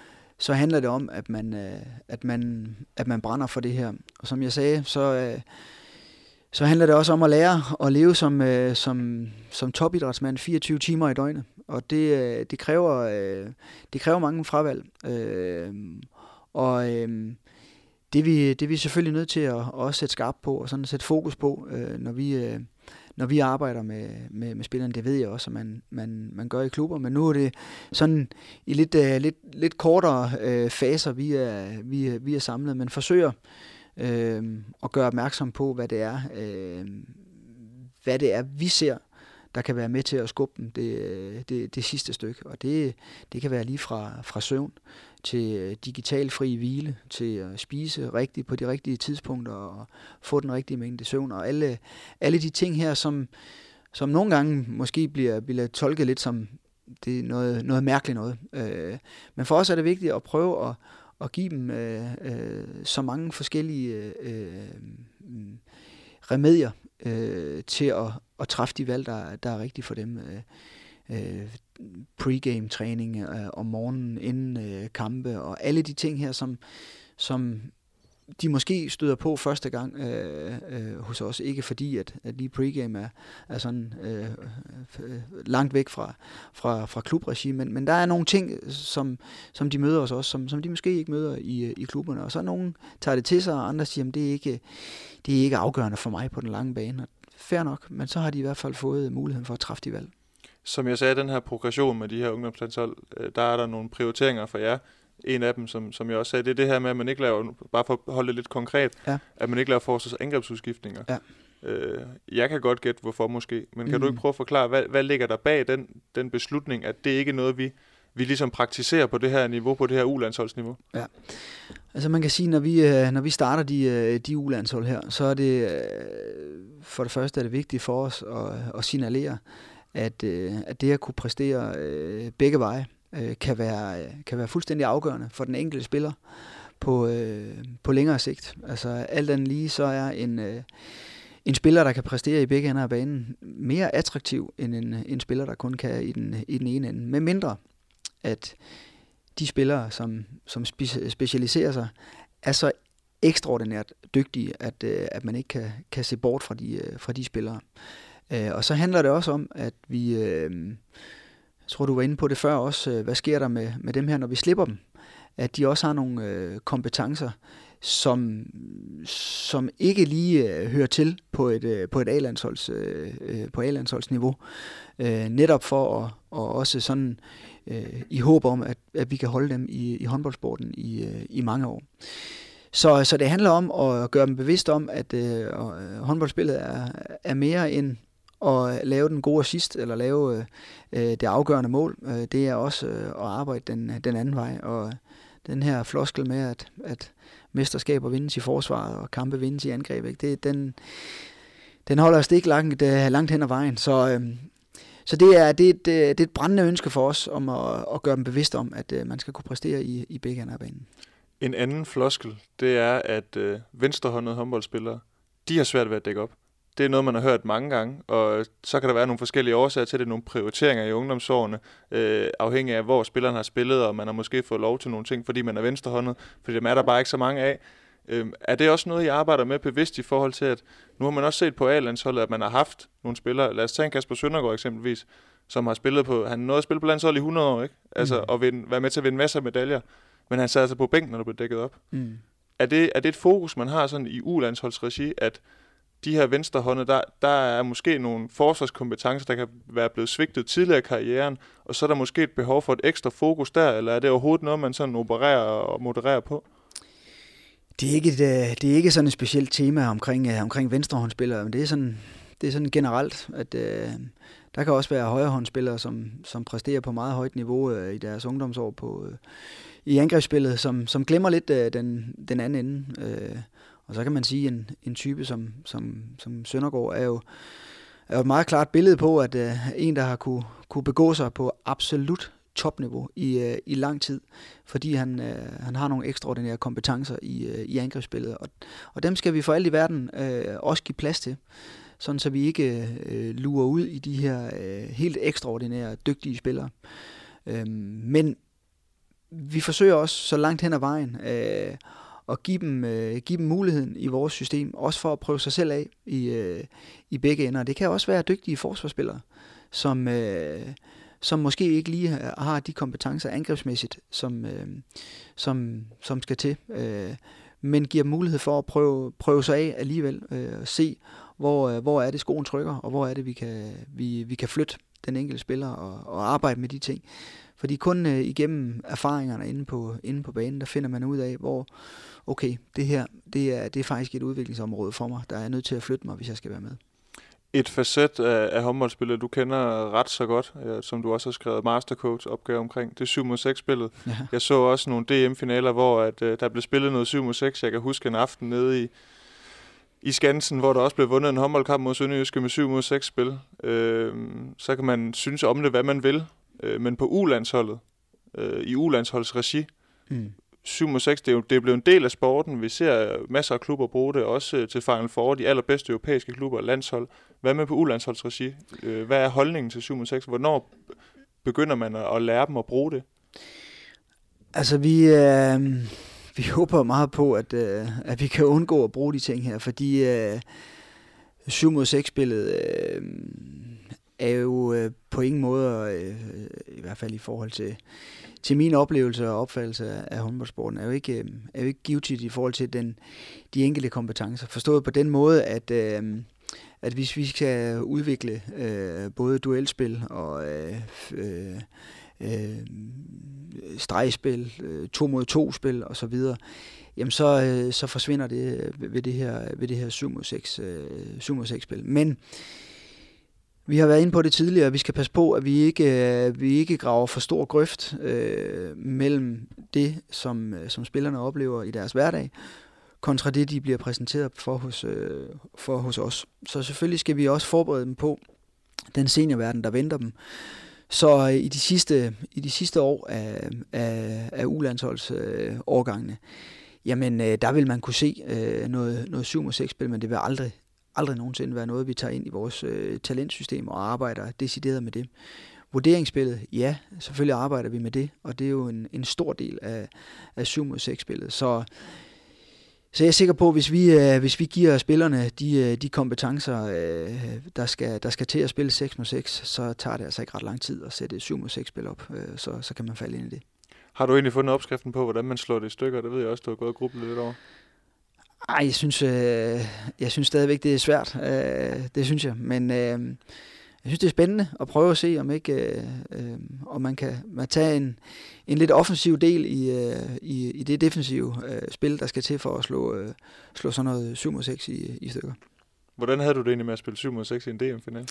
så handler det om, at man, øh, at man, at man brænder for det her. Og som jeg sagde, så, øh, så handler det også om at lære at leve som, øh, som, som topidrætsmand fireogtyve timer i døgnet. Og det, øh, det, kræver, øh, det kræver mange fravalg. Øh, og øh, det, vi, det er vi selvfølgelig nødt til at også sætte skarpt på, og sådan sætte fokus på, øh, når vi... Øh, når vi arbejder med, med, med spillerne. Det ved jeg også, at man, man, man gør i klubber, men nu er det sådan i lidt, uh, lidt, lidt kortere uh, faser, vi er, vi, er, vi er samlet, men forsøger uh, at gøre opmærksom på, hvad det er, uh, hvad det er, vi ser, der kan være med til at skubbe dem det, det, det sidste stykke. Og det, det kan være lige fra, fra søvn til digital fri hvile, til at spise rigtigt på de rigtige tidspunkter og få den rigtige mængde søvn. Og alle, alle de ting her, som, som nogle gange måske bliver, bliver tolket lidt som det er noget, noget mærkeligt noget. Øh, men for os er det vigtigt at prøve at, at give dem øh, øh, så mange forskellige øh, remedier øh, til at, at træffe de valg, der, der er rigtige for dem. Øh, pre-game træning øh, om morgenen inden øh, kampe og alle de ting her, som, som de måske støder på første gang øh, øh, hos os. Ikke fordi, at, at lige pre-game er, er sådan øh, øh, langt væk fra, fra, fra klubregi, men, men der er nogle ting, som, som de møder hos os, som, som de måske ikke møder i, i klubberne. Og så nogen tager det til sig, og andre siger, at det er ikke, det er ikke afgørende for mig på den lange bane. Og fair nok, men så har de i hvert fald fået muligheden for at træffe de valg. Som jeg sagde, den her progression med de her ungdomslandshold, der er der nogle prioriteringer for jer. En af dem, som, som jeg også sagde, det er det her med, at man ikke laver, bare for at holde det lidt konkret, ja. At man ikke laver forsvars- og angrebsudskiftninger. Ja. Øh, jeg kan godt gætte, hvorfor måske, men kan mm. du ikke prøve at forklare, hvad, hvad ligger der bag den, den beslutning, at det ikke er noget, vi, vi ligesom praktiserer på det her niveau, på det her U-landsholdsniveau? Ja, altså man kan sige, når vi, når vi starter de, de U-landshold her, så er det, for det første er det vigtigt for os at, at signalere, at, at det at kunne præstere begge veje, kan være, kan være fuldstændig afgørende for den enkelte spiller på, øh, på længere sigt. Altså alt andet lige, så er en, øh, en spiller, der kan præstere i begge ender af banen, mere attraktiv end en, en spiller, der kun kan i den, i den ene ende. Med mindre, at de spillere, som, som spe- specialiserer sig, er så ekstraordinært dygtige, at, øh, at man ikke kan, kan se bort fra de, øh, fra de spillere. Øh, og så handler det også om, at vi... Øh, Jeg tror, du var inde på det før også. Hvad sker der med, med dem her, når vi slipper dem? At de også har nogle øh, kompetencer, som, som ikke lige øh, hører til på et, øh, på et A-landsholds, øh, på A-landsholdsniveau. Øh, netop for at og også sådan øh, i håb om, at, at vi kan holde dem i, i håndboldsporten i, øh, i mange år. Så, så det handler om at gøre dem bevidst om, at øh, håndboldspillet er, er mere end og lave den gode assist, eller lave øh, det afgørende mål, øh, det er også øh, at arbejde den, den anden vej. Og den her floskel med, at, at mesterskaber vindes i forsvaret, og kampe vindes i angreb, ikke? Det, den, den holder os ikke langt, langt hen ad vejen. Så, øh, så det, er, det, er et, det er et brændende ønske for os, om at, at gøre dem bevidst om, at øh, man skal kunne præstere i, i begge ender af banen. En anden floskel, det er, at øh, venstrehåndede håndboldspillere, de har svært ved at dække op. Det er noget, man har hørt mange gange, og så kan der være nogle forskellige årsager til det, nogle prioriteringer i ungdomsårene, øh, afhængig af, hvor spilleren har spillet, og man har måske fået lov til nogle ting, fordi man er venstrehåndet, fordi dem er der bare ikke så mange af. Øh, er det også noget, I arbejder med bevidst i forhold til, at nu har man også set på A-landsholdet, at man har haft nogle spillere, lad os tage en Kasper Søndergaard eksempelvis, som har spillet på, han nåede at spille på landsholdet i hundrede år, ikke? Altså, mm. og vinde, være med til at vinde masser af medaljer, men han sad altså på bænken, når det blev dækket op. Mm. Er, det, er det et fokus, man har sådan i U-landsholdsregi, at de her venstrehånde, der, der er måske nogle forsvarskompetencer, der kan være blevet svigtet tidligere i karrieren, og så er der måske et behov for et ekstra fokus der, eller er det overhovedet noget, man sådan opererer og modererer på? Det er ikke, et, det er ikke sådan et specielt tema omkring, omkring venstrehåndsspillere, men det er sådan, det er sådan generelt, at øh, der kan også være højrehåndsspillere, som, som præsterer på meget højt niveau øh, i deres ungdomsår på, øh, i angrebsspillet, som, som glemmer lidt øh, den, den anden ende. Øh, Og så kan man sige, at en, en type som, som, som Søndergaard er jo, er jo et meget klart billede på, at uh, en, der har kunne, kunne begå sig på absolut topniveau i, uh, i lang tid, fordi han, uh, han har nogle ekstraordinære kompetencer i, uh, i angrebsspillet. Og, og dem skal vi for alt i verden uh, også give plads til, sådan så vi ikke uh, lurer ud i de her uh, helt ekstraordinære, dygtige spillere. Uh, men vi forsøger også så langt hen ad vejen øh, at give dem, øh, give dem muligheden i vores system, også for at prøve sig selv af i, øh, i begge ender. Det kan også være dygtige forsvarsspillere, som, øh, som måske ikke lige har de kompetencer angrebsmæssigt, som, øh, som, som skal til, øh, men giver mulighed for at prøve, prøve sig af alligevel, øh, og se, hvor, øh, hvor er det skoen trykker, og hvor er det, vi kan, vi, vi kan flytte den enkelte spiller og, og arbejde med de ting. Fordi kun øh, igennem erfaringerne inde på, inde på banen, der finder man ud af, hvor, okay, det her, det er, det er faktisk et udviklingsområde for mig, der er nødt til at flytte mig, hvis jeg skal være med. Et facet af, af håndboldspillet, du kender ret så godt, ja, som du også har skrevet mastercoach-opgave omkring, det er syv mod seks-spillet. Ja. Jeg så også nogle D M-finaler, hvor at, uh, der blev spillet noget syv mod seks. Jeg kan huske en aften nede i, i Skansen, hvor der også blev vundet en håndboldkamp mod Sønderjyske med syv mod seks-spil. Uh, så kan man synes om det, hvad man vil, uh, men på U-landsholdet, uh, i U-landsholdsregi, mm. syv mod seks, det er jo det er blevet en del af sporten. Vi ser masser af klubber bruge det, også til Final Four, de allerbedste europæiske klubber og landshold. Hvad med på U-landsholdsregi? Hvad er holdningen til syv mod seks? Hvornår begynder man at lære dem at bruge det? Altså, vi, øh, vi håber meget på, at, øh, at vi kan undgå at bruge de ting her, fordi øh, syv mod seks-spillet øh, er jo øh, på ingen måde, øh, i hvert fald i forhold til til min oplevelse og opfattelse af håndboldsporten, er jo ikke, er jo ikke givetigt i forhold til den, de enkelte kompetencer. Forstået på den måde, at, øh, at hvis vi skal udvikle øh, både duelspil og øh, øh, stregspil, øh, to mod to spil og så videre, jamen så, øh, så forsvinder det ved det her, ved det her syv mod seks spil. Men vi har været inde på det tidligere, vi skal passe på, at vi ikke, vi ikke graver for stor grøft øh, mellem det, som, som spillerne oplever i deres hverdag, kontra det, de bliver præsenteret for hos, øh, for hos os. Så selvfølgelig skal vi også forberede dem på den seniorverden, der venter dem. Så øh, i, de sidste, i de sidste år af, af, af U-landsholdsårgangene, øh, jamen øh, der vil man kunne se øh, noget, noget syv mod seks-spil, men det vil aldrig aldrig nogensinde være noget, vi tager ind i vores øh, talentsystem og arbejder decideret med det. Vurderingsspillet, ja, selvfølgelig arbejder vi med det, og det er jo en, en stor del af, af syv mod seks-spillet. Så, så jeg er sikker på, at hvis vi, øh, hvis vi giver spillerne de, de kompetencer, øh, der, skal, der skal til at spille seks mod seks, så tager det altså ikke ret lang tid at sætte et syv mod seks-spil op, øh, så, så kan man falde ind i det. Har du egentlig fundet opskriften på, hvordan man slår det i stykker? Det ved jeg også, du har gået og grublet lidt over. Ej, jeg synes, øh, jeg synes stadigvæk, det er svært. Øh, det synes jeg. Men øh, jeg synes, det er spændende at prøve at se, om ikke øh, øh, om man kan man tage en, en lidt offensiv del i, øh, i, i det defensive øh, spil, der skal til for at slå, øh, slå sådan noget syv mod seks i, i stykker. Hvordan havde du det egentlig med at spille syv mod seks i en D M-final?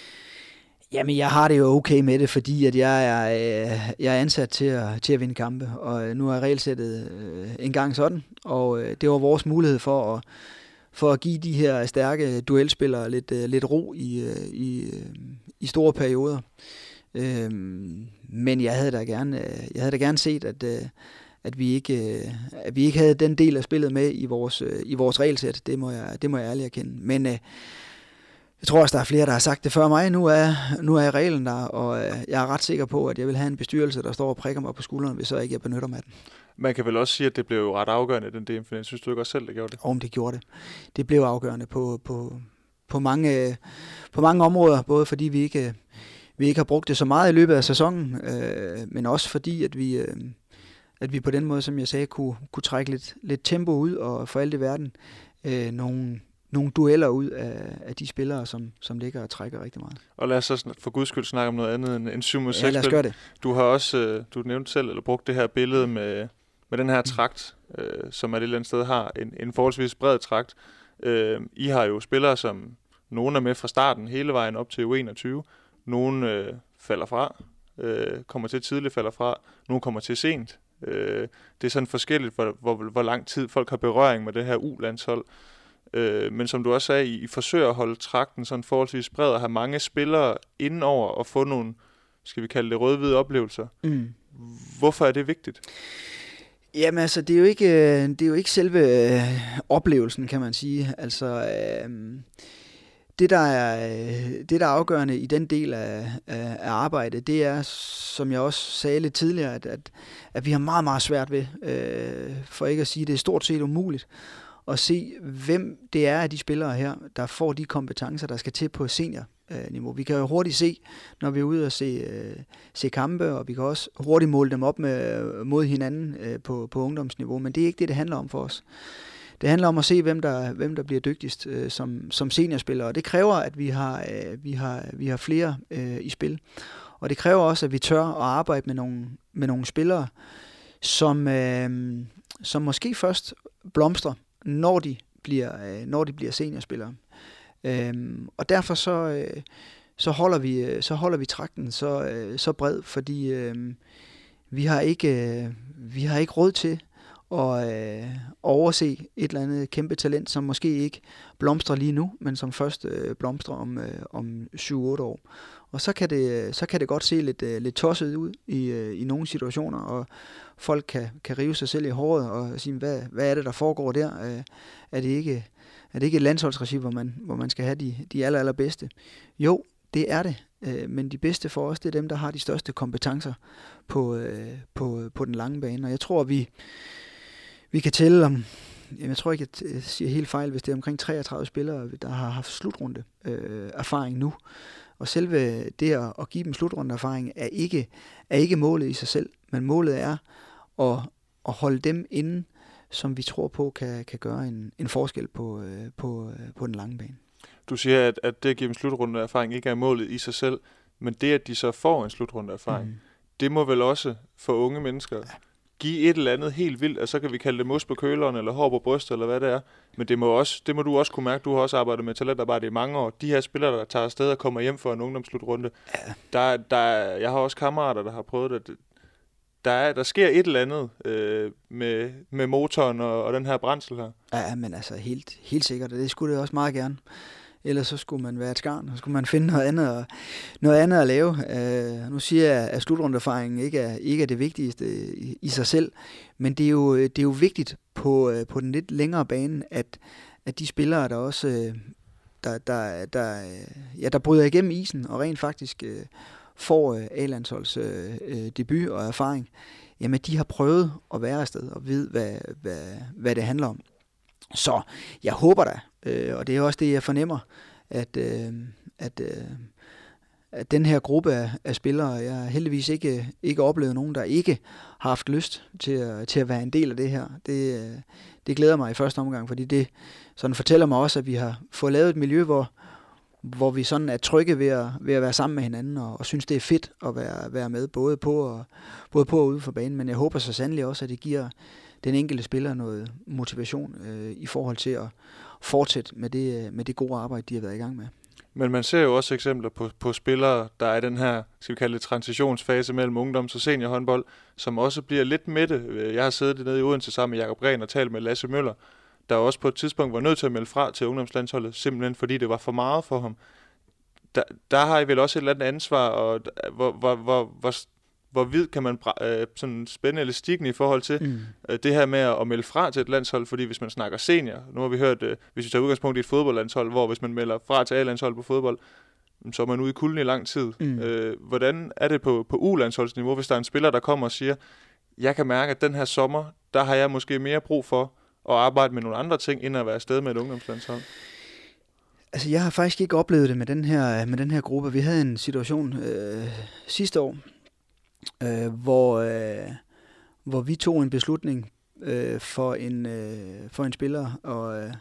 Jamen, jeg har det jo okay med det, fordi at jeg er, øh, jeg er ansat til at, til at vinde kampe, og nu er regelsættet øh, en gang sådan, og øh, det var vores mulighed for at, for at give de her stærke duelspillere lidt, øh, lidt ro i, øh, i, øh, i store perioder. Øh, men jeg havde da gerne, jeg havde da gerne set, at, øh, at, vi ikke, øh, at vi ikke havde den del af spillet med i vores, øh, i vores regelsæt. Det må jeg, det må jeg ærligt erkende. Men øh, jeg tror også, der er flere, der har sagt det før mig. Nu er, nu er reglen der, og øh, jeg er ret sikker på, at jeg vil have en bestyrelse, der står og prikker mig på skulderen, hvis så ikke jeg benytter mig af den. Man kan vel også sige, at det blev ret afgørende, den D M-final. Synes du ikke også selv, det gjorde det? Om det gjorde det. Det blev afgørende på, på, på, mange, på mange områder, både fordi vi ikke, vi ikke har brugt det så meget i løbet af sæsonen, øh, men også fordi, at vi, øh, at vi på den måde, som jeg sagde, kunne, kunne trække lidt, lidt tempo ud, og for alt i verden øh, nogle... nogle dueller ud af, af de spillere, som, som ligger og trækker rigtig meget. Og lad os så for guds skyld snakke om noget andet end, end syv mod seks. Ja, lad os gøre det. Du har også, du nævnte selv, eller brugt det her billede med, med den her trakt, mm. øh, som er et eller andet sted har en, en forholdsvis bred trakt. Øh, I har jo spillere, som nogle er med fra starten hele vejen op til U enogtyve. Nogle øh, falder fra, øh, kommer til tidligt, falder fra. Nogle kommer til sent. Øh, det er sådan forskelligt, hvor, hvor, hvor lang tid folk har berøring med det her U-landshold. Øh, men som du også sagde, I, I forsøger at holde trakten sådan forholdsvis bred og have mange spillere indenover og få nogle, skal vi kalde det, rød-hvide oplevelser. Mm. Hvorfor er det vigtigt? Jamen altså, det er jo ikke, det er jo ikke selve øh, oplevelsen, kan man sige. Altså, øh, det, der er, det, der er afgørende i den del af, af, af arbejdet, det er, som jeg også sagde lidt tidligere, at, at, at vi har meget, meget svært ved, øh, for ikke at sige, det er stort set umuligt, at se, hvem det er af de spillere her, der får de kompetencer, der skal til på seniorniveau. Vi kan jo hurtigt se, når vi er ude og se, øh, se kampe, og vi kan også hurtigt måle dem op med, mod hinanden øh, på, på ungdomsniveau, men det er ikke det, det handler om for os. Det handler om at se, hvem der, hvem der bliver dygtigst øh, som, som seniorspillere, og det kræver, at vi har, øh, vi har, vi har flere øh, i spil. Og det kræver også, at vi tør at arbejde med nogle, med nogle spillere, som, øh, som måske først blomstrer, når de bliver, øh, når de bliver seniorspillere. Øh, og derfor så, øh, så, holder vi, så holder vi trakten så, øh, så bred, fordi øh, vi, har ikke, øh, vi har ikke råd til og øh, overse et eller andet kæmpe talent, som måske ikke blomstrer lige nu, men som først øh, blomstrer om, øh, om syv otte år. Og så kan det, så kan det godt se lidt, øh, lidt tosset ud i, øh, i nogle situationer, og folk kan, kan rive sig selv i håret og sige, hvad, hvad er det, der foregår der? Øh, er, det ikke, er det ikke et landsholdsregi, hvor man, hvor man skal have de, de aller, allerbedste? Jo, det er det, øh, men de bedste for os, det er dem, der har de største kompetencer på, øh, på, på den lange bane. Og jeg tror, vi Vi kan tælle om, jeg tror ikke, jeg siger helt fejl, hvis det er omkring treogtredive spillere, der har haft slutrunde øh, erfaring nu. Og selve det at, at give dem slutrunde erfaring er ikke, er ikke målet i sig selv, men målet er at, at holde dem inde, som vi tror på kan, kan gøre en, en forskel på, øh, på, øh, på den lange bane. Du siger, at, at det at give dem slutrunde erfaring ikke er målet i sig selv, men det, at de så får en slutrunde erfaring, mm. det må vel også for unge mennesker give et eller andet helt vildt, og så kan vi kalde det mos på køleren, eller hår på brystet, eller hvad det er. Men det må, også, det må du også kunne mærke. Du har også arbejdet med talentarbejde i mange år. De her spillere, der tager afsted og kommer hjem for en ungdomsslutrunde, ja. der, der, jeg har også kammerater, der har prøvet det. Der, er, der sker et eller andet øh, med, med motoren og, og den her brændsel her. Ja, men altså helt, helt sikkert, og det skulle det også meget gerne. Ellers så skulle man være et skarn, og så skulle man finde noget andet, og, noget andet at lave. Uh, nu siger jeg, at slutrundeerfaringen ikke er, ikke er det vigtigste i, i sig selv, men det er jo, det er jo vigtigt på, uh, på den lidt længere bane, at, at de spillere, der også uh, der, der, der, uh, ja, der bryder igennem isen, og rent faktisk uh, får uh, A-landsholds uh, uh, debut og erfaring, jamen de har prøvet at være afsted og ved, hvad, hvad, hvad det handler om. Så jeg håber da, øh, og det er også det, jeg fornemmer, at, øh, at, øh, at den her gruppe af, af spillere, jeg har heldigvis ikke, ikke oplevet nogen, der ikke har haft lyst til at, til at være en del af det her. Det, øh, det glæder mig i første omgang, fordi det sådan fortæller mig også, at vi har fået lavet et miljø, hvor, hvor vi sådan er trygge ved at, ved at være sammen med hinanden, og, og synes, det er fedt at være, være med, både på, og, både på og ude for banen, men jeg håber så sandelig også, at det giver den enkelte spiller noget motivation øh, i forhold til at fortsætte med det, med det gode arbejde, de har været i gang med. Men man ser jo også eksempler på, på spillere, der er i den her, skal vi kalde det, transitionsfase mellem ungdoms- og seniorhåndbold, som også bliver lidt mætte. Jeg har siddet nede i Odense sammen med Jakob Gren og talt med Lasse Møller, der også på et tidspunkt var nødt til at melde fra til ungdomslandsholdet, simpelthen fordi det var for meget for ham. Der, der har I vel også et eller andet ansvar, og hvor, hvor, hvor, hvor Hvor vid kan man øh, sådan spænde elastikken i forhold til mm. øh, det her med at, at melde fra til et landshold, fordi hvis man snakker senior, nu har vi hørt, øh, hvis vi tager udgangspunkt i et fodboldlandshold, hvor hvis man melder fra til A-landshold på fodbold, så er man ude i kulden i lang tid. Mm. Øh, hvordan er det på, på U-landsholdsniveau, hvis der er en spiller, der kommer og siger, jeg kan mærke, at den her sommer, der har jeg måske mere brug for at arbejde med nogle andre ting, end at være afsted med et ungdomslandshold? Altså, jeg har faktisk ikke oplevet det med den her, med den her gruppe. Vi havde en situation øh, sidste år, Øh, hvor, øh, hvor vi tog en beslutning øh, for, en, øh, for en spiller, og øh,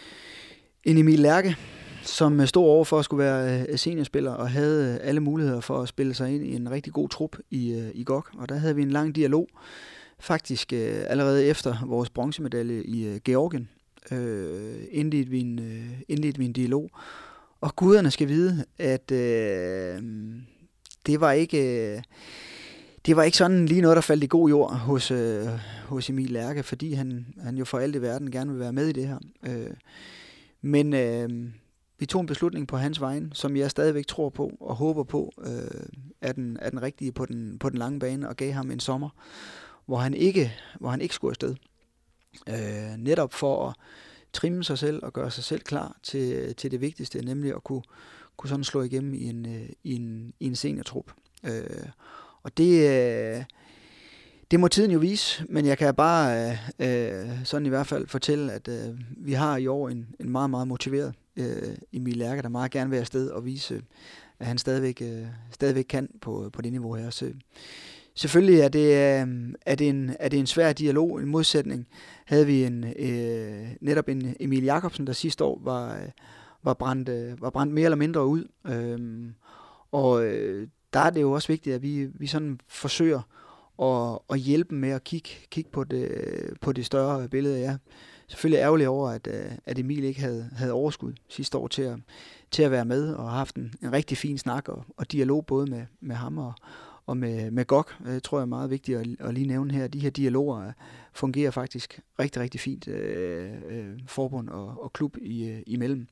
en Emil Lærke, som stod over for at skulle være øh, seniorspiller, og havde alle muligheder for at spille sig ind i en rigtig god trup i, øh, i G O K. Og der havde vi en lang dialog, faktisk øh, allerede efter vores bronzemedalje i øh, Georgien, øh, indledte vi en, øh, indledte vi en dialog. Og guderne skal vide, at øh, det var ikke... Øh, Det var ikke sådan lige noget, der faldt i god jord hos, øh, hos Emil Lærke, fordi han, han jo for alt i verden gerne vil være med i det her. Øh, men øh, vi tog en beslutning på hans vegne, som jeg stadigvæk tror på og håber på, øh, er, den, er den rigtige på den, på den lange bane, og gav ham en sommer, hvor han ikke, hvor han ikke skulle afsted. Øh, netop for at trimme sig selv og gøre sig selv klar til, til det vigtigste, nemlig at kunne, kunne sådan slå igennem i en, i en, i en seniortrup. Øh, og det, øh, det må tiden jo vise, men jeg kan bare øh, sådan i hvert fald fortælle, at øh, vi har i år en, en meget, meget motiveret øh, Emil Lærke, der meget gerne vil afsted og vise, at han stadigvæk, øh, stadigvæk kan på, på det niveau her. Så selvfølgelig er det, øh, er, det en, er det en svær dialog. En modsætning havde vi en, øh, netop en Emil Jakobsen, der sidste år var, var, brændt, øh, var brændt mere eller mindre ud. Øh, og øh, der er det jo også vigtigt, at vi, vi sådan forsøger at, at hjælpe med at kigge, kigge på, det, på det større billede. Ja. Selvfølgelig ærgerlig over, at, at Emil ikke havde, havde overskud sidste år til at, til at være med og har haft en, en rigtig fin snak og, og dialog både med, med ham og, og med, med Gok. Det tror jeg er meget vigtigt at, at lige nævne her. De her dialoger fungerer faktisk rigtig, rigtig fint, øh, øh, forbund og, og klub i, imellem.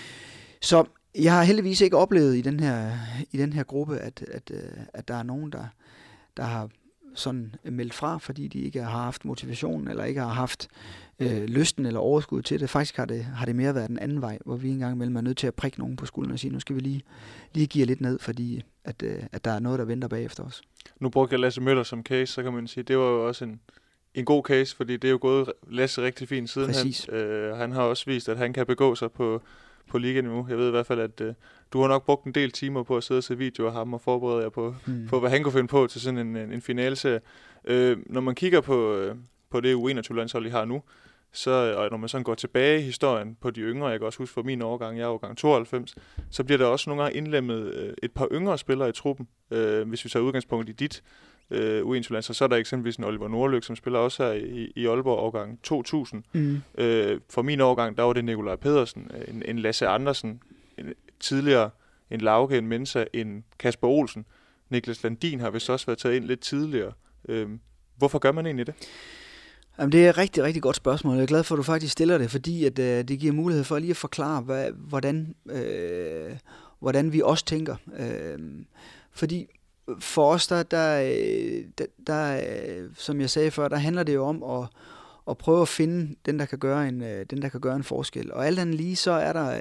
Så jeg har heldigvis ikke oplevet i den her, i den her gruppe, at, at, at der er nogen, der, der har sådan meldt fra, fordi de ikke har haft motivation, eller ikke har haft øh, lysten eller overskud til det. Faktisk har det, har det mere været den anden vej, hvor vi engang imellem er nødt til at prikke nogen på skulderen og sige, nu skal vi lige, lige give lidt ned, fordi at, øh, at der er noget, der venter bagefter os. Nu brugte jeg Lasse Møller som case, så kan man sige, det var jo også en, en god case, fordi det er jo gået Lasse rigtig fint siden. Præcis. Han, øh, han har også vist, at han kan begå sig på på liganiveau. Jeg ved i hvert fald, at øh, du har nok brugt en del timer på at sidde og se videoer af ham og forberede jer på, hmm. på, hvad han kunne finde på til sådan en, en, en finaleserie. Øh, når man kigger på, øh, på det U enogtyve-landshold, I har nu, så, og når man sådan går tilbage i historien på de yngre, jeg kan også huske fra min årgang, jeg er årgang tooghalvfems, så bliver der også nogle gange indlemmet øh, et par yngre spillere i truppen. Øh, hvis vi tager udgangspunkt i dit øh, U enogtyve-landshold, så er der eksempelvis en Oliver Nordlyk, som spiller også her i, i Aalborg årgang to tusind. Mm. Øh, for min årgang, der var det Nikolaj Pedersen, en, en Lasse Andersen, en, tidligere en Lauke, en Mensa, en Kasper Olsen. Niklas Landin har vist også været taget ind lidt tidligere. Øh, hvorfor gør man egentlig det? Jamen, det er et rigtig, rigtig godt spørgsmål. Jeg er glad for, at du faktisk stiller det, fordi at, øh, det giver mulighed for lige at forklare, hvad, hvordan, øh, hvordan vi også tænker. Øh, fordi for os, der, der, der, der, som jeg sagde før, der handler det jo om at, at prøve at finde den, der kan gøre en, den, der kan gøre en forskel. Og alt andet lige, så er der,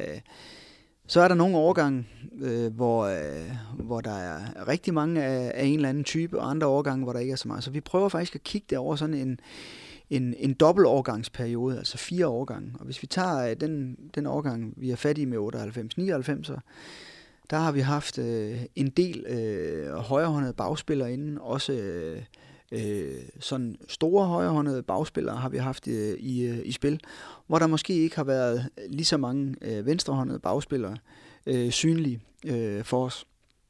så er der nogle årgange, øh, hvor, øh, hvor der er rigtig mange af, af en eller anden type, og andre årgange, hvor der ikke er så meget. Så vi prøver faktisk at kigge der over sådan en, en, en dobbelt årgangsperiode, altså fire årgange. Og hvis vi tager den, den årgang, vi er fat i med otteoghalvfems nioghalvfems, der har vi haft øh, en del øh, højrehåndede bagspillere inden, også øh, øh, sådan store højrehåndede bagspillere har vi haft øh, i, øh, i spil, hvor der måske ikke har været lige så mange øh, venstrehåndede bagspillere øh, synlige øh, for os.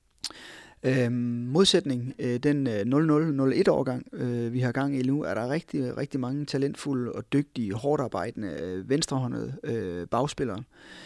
Øh, modsætning, øh, den øh, nul nul nul et årgang, øh, vi har gang i nu, er der rigtig, rigtig mange talentfulde og dygtige, hårdt arbejdende øh, venstrehåndede øh, bagspillere,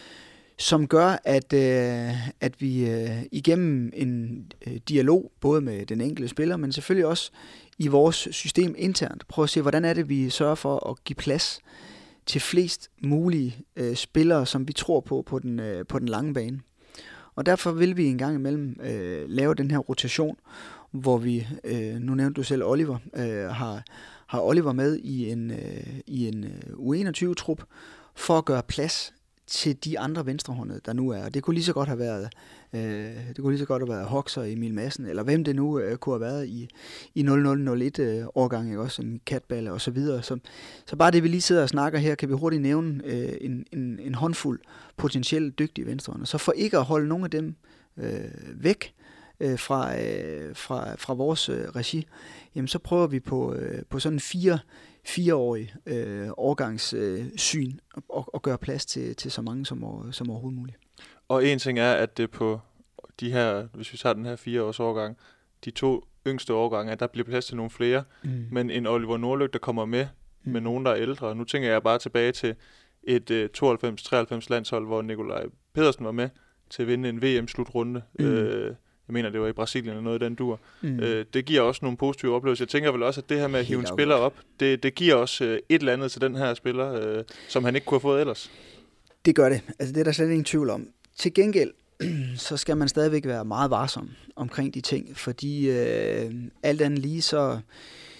som gør, at, øh, at vi øh, igennem en øh, dialog, både med den enkelte spiller, men selvfølgelig også i vores system internt, prøver at se, hvordan er det, vi sørger for at give plads til flest mulige øh, spillere, som vi tror på på den, øh, på den lange bane. Og derfor vil vi en gang imellem øh, lave den her rotation, hvor vi, øh, nu nævnte du selv Oliver, øh, har, har Oliver med i en, øh, i en øh, U enogtyve-trup, for at gøre plads til de andre venstrehåndede, der nu er. Og det kunne lige så godt have været, øh, det kunne lige så godt have været Hoxer, Emil Madsen, eller hvem det nu øh, kunne have været i, i nul nul nul et øh, årgang, ikke? Også en Katballe og så videre. Så, så bare det, vi lige sidder og snakker her, kan vi hurtigt nævne øh, en, en, en håndfuld potentielt dygtige venstrehåndede. Så for ikke at holde nogle af dem øh, væk øh, fra, øh, fra, fra vores øh, regi, jamen så prøver vi på, øh, på sådan fire fireårig øh, årgangssyn øh, og, og gøre plads til, til så mange som, som overhovedet muligt. Og en ting er, at det på de her, hvis vi tager den her fire års årgang, de to yngste årgange, at der bliver plads til nogle flere, mm. men en Oliver Nordlyk, der kommer med, mm. med nogen, der er ældre. Nu tænker jeg bare tilbage til et øh, tooghalvfems treoghalvfems landshold, hvor Nikolaj Pedersen var med til at vinde en V M-slutrunde. Mm. Øh, Jeg mener, det var i Brasilien eller noget i den dur. Mm. Øh, det giver også nogle positive oplevelser. Jeg tænker vel også, at det her med at hive en spiller op, det, det giver også øh, et eller andet til den her spiller, øh, som han ikke kunne have fået ellers. Det gør det. Altså, det er der slet ingen tvivl om. Til gengæld, så skal man stadigvæk være meget varsom omkring de ting, fordi øh, alt andet lige, så,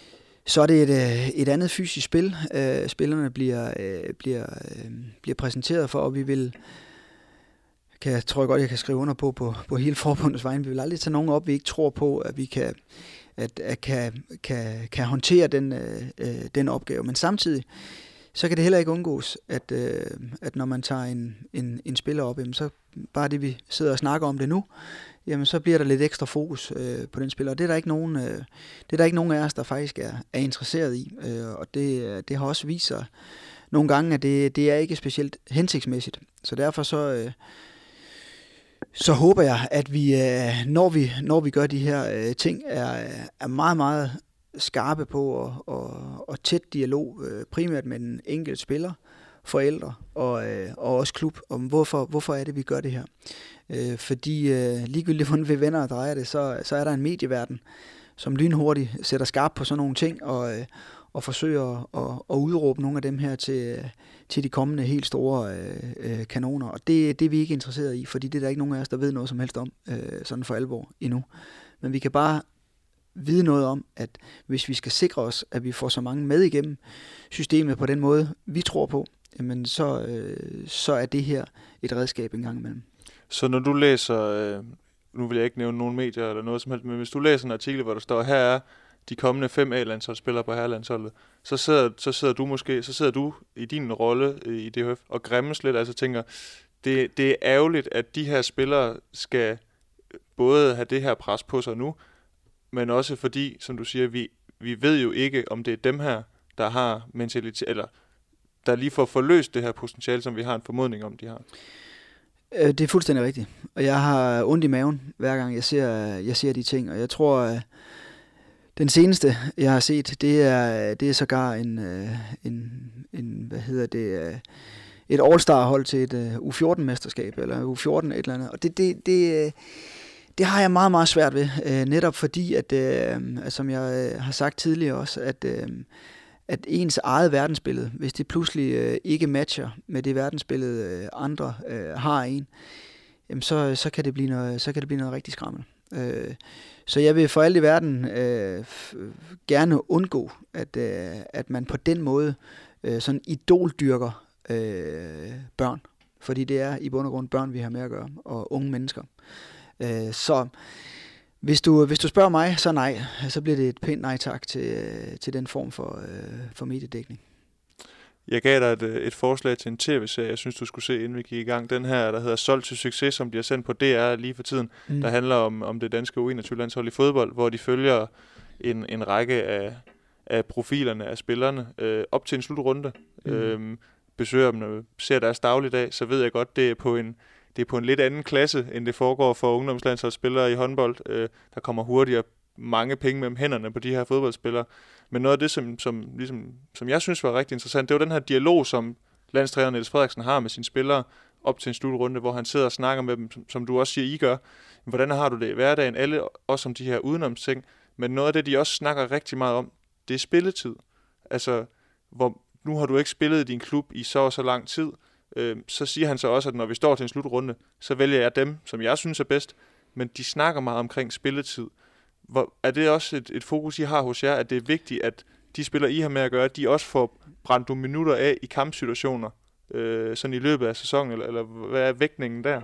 så er det et, et andet fysisk spil, øh, spillerne bliver, øh, bliver, øh, bliver præsenteret for, og vi vil, kan, jeg tror jeg godt, jeg kan skrive under på, på, på hele forbundets vegne, vi vil aldrig tage nogen op, vi ikke tror på, at vi kan, at, at kan, kan, kan håndtere den, øh, den opgave. Men samtidig, så kan det heller ikke undgås, at, øh, at når man tager en, en, en spiller op, jamen så bare det, vi sidder og snakker om det nu, jamen så bliver der lidt ekstra fokus øh, på den spiller. Og det er der ikke nogen, øh, det er der ikke nogen af os, der faktisk er, er interesseret i. Øh, og det, det har også vist sig nogle gange, at det, det er ikke specielt hensigtsmæssigt. Så derfor så, øh, så håber jeg, at vi, øh, når vi, når vi gør de her øh, ting, er, er meget, meget skarpe på og, og, og tæt dialog, øh, primært med den enkelte spiller, forældre og, øh, og også klub, om hvorfor, hvorfor er det, vi gør det her. Øh, fordi øh, ligegyldigt, hvordan vi vender og drejer det, så, så er der en medieverden, som lynhurtigt sætter skarp på sådan nogle ting, og, øh, og forsøger at, at udråbe nogle af dem her til, til de kommende helt store øh, kanoner. Og det, det er vi ikke interesseret i, fordi det er der ikke nogen af os, der ved noget som helst om, øh, sådan for alvor endnu. Men vi kan bare vide noget om, at hvis vi skal sikre os, at vi får så mange med igennem systemet på den måde, vi tror på, jamen så, øh, så er det her et redskab en gang imellem. Så når du læser, øh, nu vil jeg ikke nævne nogen medier eller noget som helst, men hvis du læser en artikel, hvor der står, her er de kommende fem A-landsholdsspillere på herrelandsholdet, så sidder, så sidder du måske, så sidder du i din rolle i D H F og græmmes lidt, altså tænker, det, det er ærgerligt, at de her spillere skal både have det her pres på sig nu, men også fordi, som du siger, vi, vi ved jo ikke, om det er dem her, der har mentalitet, eller der lige får forløst det her potentiale, som vi har en formodning om, de har. Det er fuldstændig rigtigt. Og jeg har ondt i maven, hver gang jeg ser, jeg ser de ting. Og jeg tror, den seneste, jeg har set, det er, det er sågar en, en, en, hvad hedder det, et All-Star-hold til et U fjorten-mesterskab, eller U fjorten et eller andet. Og det, det, det, det har jeg meget, meget svært ved. Netop fordi, at, som jeg har sagt tidligere også, at at ens eget verdensbillede, hvis det pludselig øh, ikke matcher med det verdensbillede, øh, andre øh, har en, jamen så, så, kan det blive noget, så kan det blive noget rigtig skræmmende. Øh, så jeg vil for alt i verden øh, f- gerne undgå, at, øh, at man på den måde øh, sådan idoldyrker øh, børn. Fordi det er i bund og grund børn, vi har med at gøre, og unge mennesker. Øh, så Hvis du, hvis du spørger mig, så nej. Så bliver det et pænt nej tak til, til den form for, øh, for mediedækning. Jeg gav dig et, et forslag til en tv-serie, jeg synes, du skulle se, inden vi gik i gang. Den her, der hedder Solgt til Succes, som bliver sendt på D R lige for tiden, mm. der handler om, om det danske U enogtyve-landshold i fodbold, hvor de følger en, en række af, af profilerne af spillerne øh, op til en slutrunde. Mm. Øhm, besøger dem og ser deres dagligdag, så ved jeg godt, det er på en Det er på en lidt anden klasse, end det foregår for ungdomslandsholdsspillere i håndbold. Øh, der kommer hurtigere mange penge mellem hænderne på de her fodboldspillere. Men noget af det, som, som, ligesom, som jeg synes var rigtig interessant, det var den her dialog, som landstræner Niels Frederiksen har med sine spillere op til en slutrunde, hvor han sidder og snakker med dem, som, som du også siger, I gør. Hvordan har du det i hverdagen? Alle også om de her udenomsting. Men noget af det, de også snakker rigtig meget om, det er spilletid. Altså, hvor, nu har du ikke spillet i din klub i så og så lang tid. Så siger han så også, at når vi står til en slutrunde, så vælger jeg dem, som jeg synes er bedst, men de snakker meget omkring spilletid. Hvor, er det også et, et fokus, I har hos jer, at det er vigtigt, at de spillere, I har med at gøre, at de også får brændt nogle minutter af i kampsituationer, øh, sådan i løbet af sæsonen, eller, eller hvad er vægtningen der?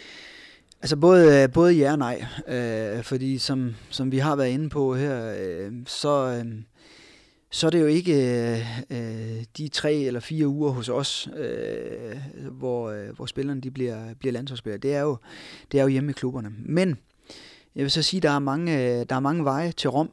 Altså både, både ja og nej, øh, fordi som, som vi har været inde på her, øh, så... Øh, så er det jo ikke øh, de tre eller fire uger hos os, øh, hvor, øh, hvor spillerne de bliver, bliver landsholdsspillere. Det er jo, det er jo hjemme i klubberne. Men jeg vil så sige, at der er mange, der er mange veje til Rom,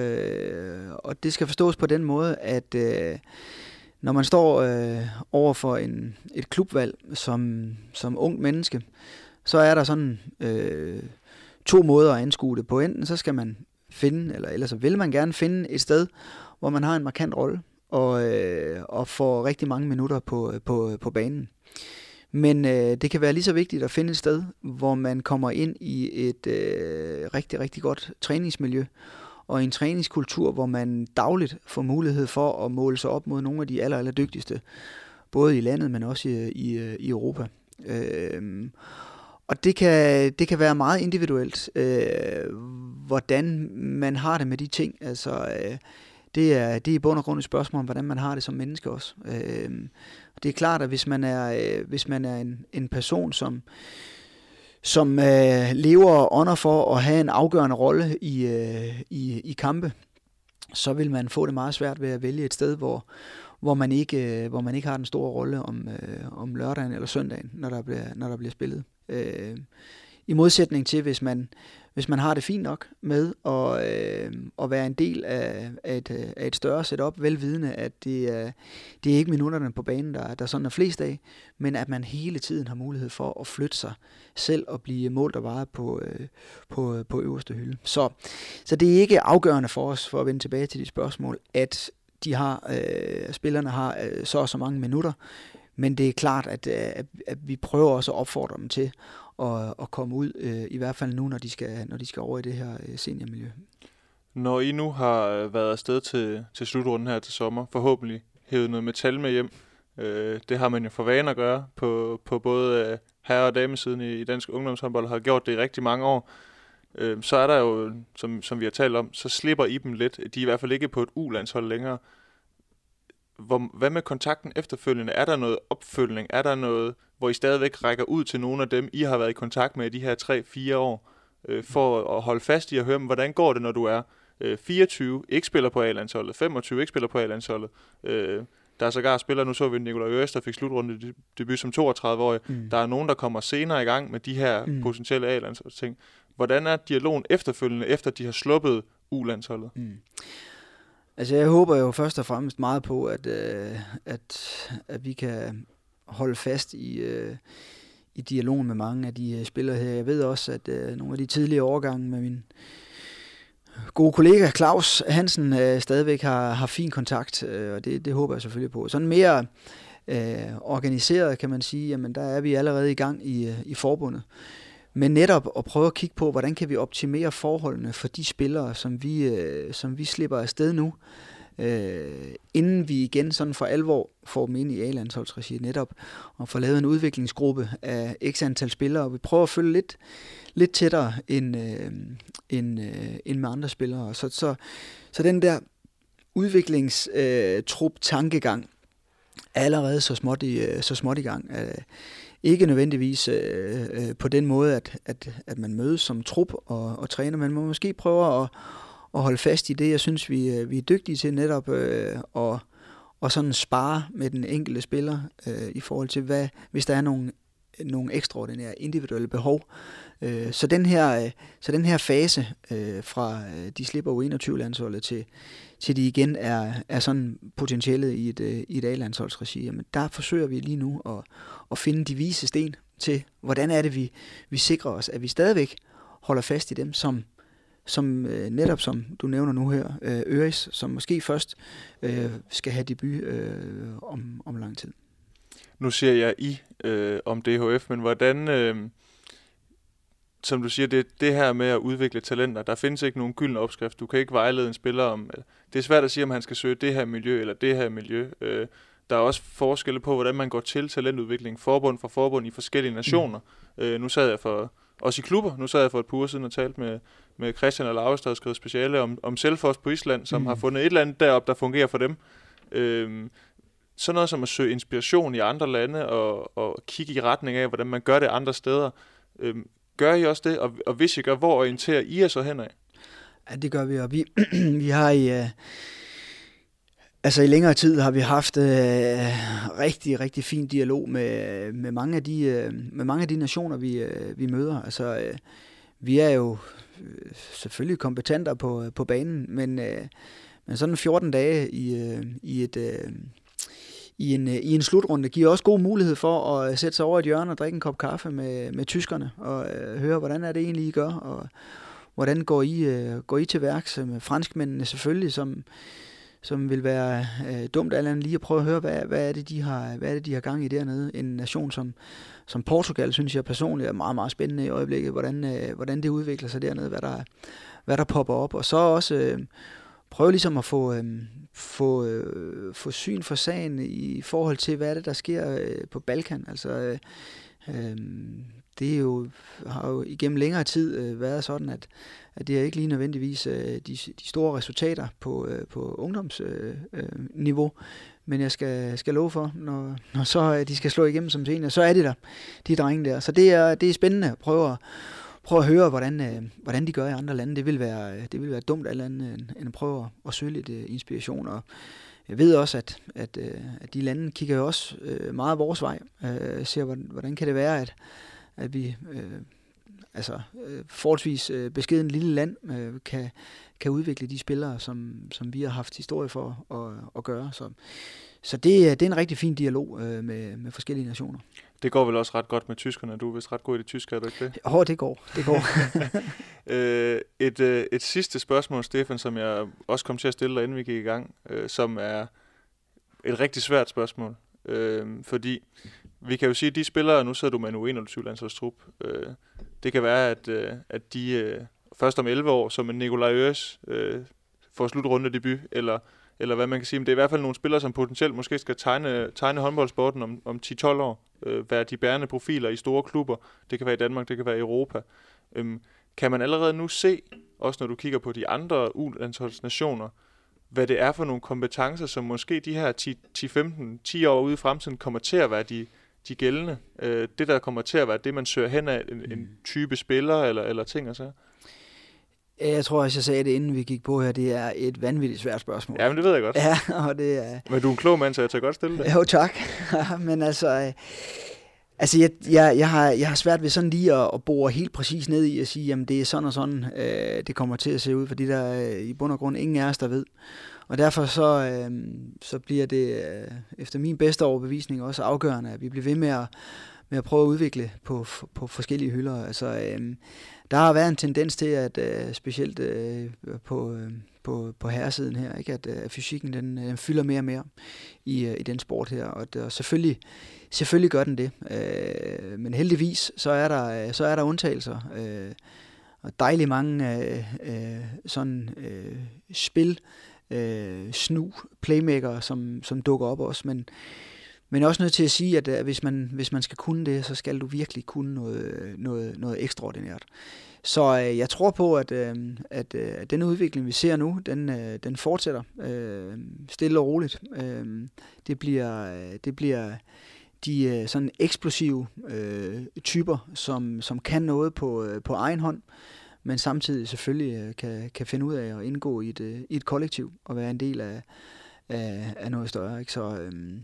øh, og det skal forstås på den måde, at øh, når man står øh, over for en, et klubvalg som, som ung menneske, så er der sådan øh, to måder at anskue det på. Enten så skal man finde, eller ellers så vil man gerne finde et sted, hvor man har en markant rolle, og, øh, og får rigtig mange minutter på, på, på banen. Men øh, det kan være lige så vigtigt at finde et sted, hvor man kommer ind i et øh, rigtig, rigtig godt træningsmiljø, og en træningskultur, hvor man dagligt får mulighed for at måle sig op mod nogle af de aller, aller dygtigste, både i landet, men også i, i, i Europa. Øh, Og det kan, det kan være meget individuelt, øh, hvordan man har det med de ting. Altså, øh, det er, det er i bund og grund et spørgsmål om, hvordan man har det som menneske også. Øh, det er klart, at hvis man er, øh, hvis man er en, en person, som, som øh, lever og ånder for at have en afgørende rolle i, øh, i, i kampe, så vil man få det meget svært ved at vælge et sted, hvor, hvor, man, ikke, hvor man ikke har den store rolle om, øh, om lørdagen eller søndagen, når der bliver, når der bliver spillet. Øh, I modsætning til, hvis man, hvis man har det fint nok med at, øh, at være en del af, af, et, af et større setup, velvidende, at det er, det er ikke minutterne på banen, der, der sådan er flest af, men at man hele tiden har mulighed for at flytte sig selv og blive målt og vejet på, øh, på, på øverste hylde. Så, så det er ikke afgørende for os, for at vende tilbage til de spørgsmål, at de har, øh, spillerne har øh, så og så mange minutter, men det er klart, at, at, at vi prøver også at opfordre dem til at, at komme ud, øh, i hvert fald nu, når de skal, når de skal over i det her øh, seniormiljø. Når I nu har været afsted til, til slutrunden her til sommer, forhåbentlig hævet noget metal med hjem, øh, det har man jo for vane at gøre på, på både herre- og damesiden i, i dansk ungdomshåndbold, har gjort det i rigtig mange år. Øh, så er der jo, som, som vi har talt om, så slipper I dem lidt. De er i hvert fald ikke på et U-landshold længere. Hvor, hvad med kontakten efterfølgende? Er der noget opfølgning? Er der noget, hvor I stadigvæk rækker ud til nogle af dem, I har været i kontakt med i de her tre fire år, øh, for at holde fast i at høre, hvordan går det, når du er øh, fireogtyve, ikke spiller på A-landsholdet, femogtyve, ikke spiller på A-landsholdet. Øh, der er sågar spillere, nu så vi Nikolaj Øres, der fik slutrunde debut som toogtredive-årig. Mm. Der er nogen, der kommer senere i gang med de her mm. potentielle A-landsholdsting. Hvordan er dialogen efterfølgende, efter de har sluppet U-landsholdet? Mm. Altså jeg håber jo først og fremmest meget på, at, øh, at, at vi kan holde fast i, øh, i dialogen med mange af de øh, spillere her. Jeg ved også, at øh, nogle af de tidligere årgange med min gode kollega Claus Hansen øh, stadigvæk har, har fin kontakt, øh, og det, det håber jeg selvfølgelig på. Sådan mere øh, organiseret kan man sige, jamen der er vi allerede i gang i, øh, i forbundet. Men netop at prøve at kigge på, hvordan kan vi optimere forholdene for de spillere, som vi, øh, som vi slipper afsted nu, øh, inden vi igen sådan for alvor får dem ind i A-landsholdsregi netop, og får lavet en udviklingsgruppe af x antal spillere, og vi prøver at følge lidt, lidt tættere end, øh, end, øh, end med andre spillere. Så, så, så den der udviklingstrup-tankegang er allerede så småt i, så småt i gang. Øh, Ikke nødvendigvis øh, øh, på den måde, at, at, at man mødes som trup og, og træner, men man måske prøver at, at holde fast i det, jeg synes, vi, vi er dygtige til netop øh, at og sådan spare med den enkelte spiller øh, i forhold til, hvad, hvis der er nogle, nogle ekstraordinære individuelle behov. Øh, så, den her, øh, så den her fase øh, fra øh, de slipper U enogtyve-landsholdet til, til de igen er, er sådan potentielle i et, øh, i et A-landsholdsregi, jamen der forsøger vi lige nu at, at finde de vise sten til, hvordan er det, vi, vi sikrer os, at vi stadigvæk holder fast i dem, som, som øh, netop som du nævner nu her, øh, Øres, som måske først øh, skal have debut øh, om, om lang tid. Nu siger jeg I øh, om D H F, men hvordan... Øh Som du siger, det, det her med at udvikle talenter, der findes ikke nogen gylden opskrift. Du kan ikke vejlede en spiller om... Det er svært at sige, om han skal søge det her miljø eller det her miljø. Øh, der er også forskelle på, hvordan man går til talentudvikling, forbund for forbund i forskellige nationer. Mm. Øh, nu sad jeg for... Også i klubber. Nu sad jeg for et par uger siden og talte med, med Christian og Laurits, der har skrevet speciale om, om Selfoss på Island, som mm. har fundet et eller andet deroppe, der fungerer for dem. Øh, sådan noget som at søge inspiration i andre lande og, og kigge i retning af, hvordan man gør det andre steder. Øh, Gør I også det? Og, og hvis I gør, hvor orienterer I jer så henad? Ja, det gør vi, og vi, vi har i, uh, altså i længere tid har vi haft uh, rigtig, rigtig fin dialog med, med, mange af de, uh, med mange af de nationer, vi, uh, vi møder. Altså, uh, vi er jo uh, selvfølgelig kompetenter på, på banen, men, uh, men sådan fjorten dage i, uh, i et... Uh, I en, i en slutrunde giver også god mulighed for at sætte sig over et hjørne og drikke en kop kaffe med, med tyskerne og øh, høre, hvordan er det egentlig, I gør, og hvordan går I, øh, går I til værks med franskmændene selvfølgelig, som, som vil være øh, dumt alt andet lige at prøve at høre, hvad, hvad, er det, de har, hvad er det, de har gang i dernede. En nation som, som Portugal, synes jeg personligt er meget, meget spændende i øjeblikket, hvordan, øh, hvordan det udvikler sig dernede, hvad der, hvad der popper op. Og så også... Øh, prøve ligesom at få, øh, få, øh, få syn for sagen i forhold til, hvad er det, der sker øh, på Balkan. Altså, øh, øh, det er jo, har jo igennem længere tid øh, været sådan, at, at det er ikke lige nødvendigvis øh, de, de store resultater på, øh, på ungdomsniveau, øh, øh, men jeg skal, skal love for, når, når så de skal slå igennem som senior, så er det der, de drenge der. Så det er, det er spændende at prøve at, prøve at høre, hvordan, øh, hvordan de gør i andre lande. Det vil være, det vil være dumt alt andet, end, end at prøve at søge lidt øh, inspiration. Og jeg ved også, at, at, øh, at de lande kigger jo også øh, meget vores vej. Øh, ser, hvordan, hvordan kan det være, at, at vi... Øh, altså øh, forholdsvis øh, beskeden lille land øh, kan, kan udvikle de spillere, som, som vi har haft historie for at, at gøre. Så, så det, det er en rigtig fin dialog øh, med, med forskellige nationer. Det går vel også ret godt med tyskerne. Du er vist ret god i det tyske, er du ikke det? Åh, oh, det går. Det går. øh, et, øh, et sidste spørgsmål, Stefan, som jeg også kom til at stille dig, inden vi gik i gang, øh, som er et rigtig svært spørgsmål. Øh, fordi vi kan jo sige, at de spillere, nu sidder du med en U enogtyve-landsholdstrup, øh, det kan være, at, øh, at de øh, først om elleve år, som en Nikolaj Øres, øh, får slutrundedebut, eller, eller hvad man kan sige. Men det er i hvert fald nogle spillere, som potentielt måske skal tegne, tegne håndboldsporten om, om ti til tolv år. Øh, være de bærende profiler i store klubber. Det kan være i Danmark, det kan være i Europa. Øhm, kan man allerede nu se, også når du kigger på de andre U-landsholdsnationer, hvad det er for nogle kompetencer, som måske de her ti til femten, ti år ude i fremtiden kommer til at være de de gældende, øh, det der kommer til at være det, man søger hen af en, en type spiller eller, eller ting og så? Jeg tror også, jeg sagde det, inden vi gik på her, det er et vanvittigt svært spørgsmål. Ja, men det ved jeg godt. Ja, og det er... Men du er en klog mand, så jeg tager godt stille det. Jo, tak. Men altså, altså jeg, jeg, jeg, har, jeg har svært ved sådan lige at, at bore helt præcis ned i og sige, jamen det er sådan og sådan, øh, det kommer til at se ud, fordi der er i bund og grund ingen af os, der ved. Og derfor så, øh, så bliver det øh, efter min bedste overbevisning også afgørende, at vi bliver ved med at, med at prøve at udvikle på, på forskellige hylder. Altså, øh, der har været en tendens til, at øh, specielt øh, på, øh, på, på herresiden her, ikke, at øh, fysikken den, den fylder mere og mere i, øh, i den sport her, og, det, og selvfølgelig, selvfølgelig gør den det. Øh, men heldigvis så er der, så er der undtagelser, øh, og dejligt mange øh, øh, sådan øh, spil, Øh, snu, playmaker, som, som dukker op også, men, men også nødt til at sige, at, at hvis, man, hvis man skal kunne det, så skal du virkelig kunne noget, noget, noget ekstraordinært. Så øh, jeg tror på, at, øh, at, øh, at den udvikling, vi ser nu, den, øh, den fortsætter øh, stille og roligt. Øh, det, bliver, det bliver de øh, sådan eksplosive øh, typer, som, som kan noget på, øh, på egen hånd, men samtidig selvfølgelig kan, kan finde ud af at indgå i et, i et kollektiv og være en del af, af, af noget større. Ikke? Så øhm,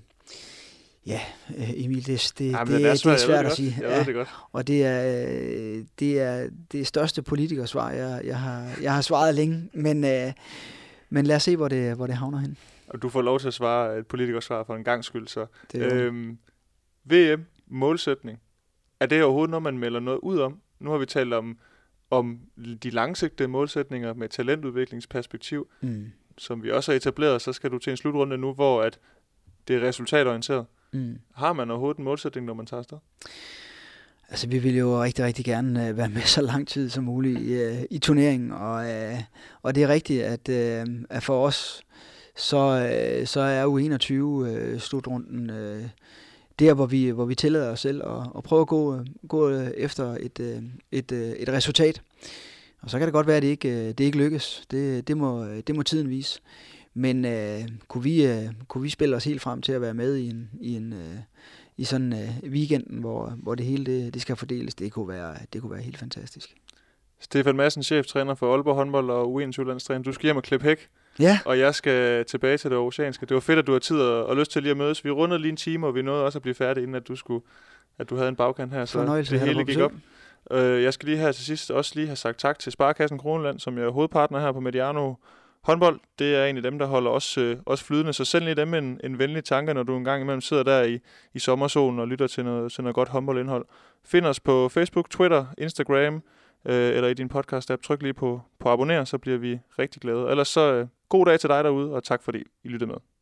ja, Emil, det, det, ja, det, det, er, svært, det er svært at sige. Jeg ved det godt. Ja, og det er det er det største politikersvar, jeg, jeg, har, jeg har svaret længe, men, øh, men lad os se, hvor det, hvor det havner hen. Og du får lov til at svare et politikersvar for en gang skyld. Så. Øhm, V M, målsætning. Er det overhovedet noget, man melder noget ud om? Nu har vi talt om om de langsigtede målsætninger med talentudviklingsperspektiv, mm. som vi også har etableret, så skal du til en slutrunde nu, hvor at det er resultatorienteret. Mm. Har man overhovedet en målsætning, når man tager afsted? Altså, vi vil jo rigtig, rigtig gerne uh, være med så lang tid som muligt i, uh, i turneringen, og, uh, og det er rigtigt, at, uh, at for os, så, uh, så er U enogtyve uh, slutrunden uh, der, hvor vi, hvor vi tillader os selv at, at prøve at gå, gå efter et, et, et resultat. Og så kan det godt være, at det ikke, det ikke lykkes. Det, det, må, det må tiden vise. Men uh, kunne, vi, uh, kunne vi spille os helt frem til at være med i, en, i, en, uh, i sådan uh, weekenden, hvor, hvor det hele det, det skal fordeles, det kunne, være, det kunne være helt fantastisk. Stefan Madsen, cheftræner for Aalborg Håndbold og U enogtyve-landstræner. Du skal hjem og klippe hæk. Ja. Og jeg skal tilbage til det oceanske. Det var fedt, at du har tid og, og lyst til lige at mødes. Vi rundede lige en time, og vi nåede også at blive færdige, inden at du, skulle, at du havde en bagkant her. Så Fornøjelse, det hele gik op. Uh, jeg skal lige her til sidst også lige have sagt tak til Sparekassen Kronjylland, som jeg er hovedpartner her på Mediano Håndbold. Det er en af dem, der holder os, øh, os flydende. Så send lige dem en, en venlig tanke, når du en gang imellem sidder der i, i sommersolen og lytter til noget, til noget godt håndboldindhold. Find os på Facebook, Twitter, Instagram, øh, eller i din podcast-app. Tryk lige på, på abonner, så bliver vi rigtig glade. Ellers så øh, god dag til dig derude, og tak fordi I lyttede med.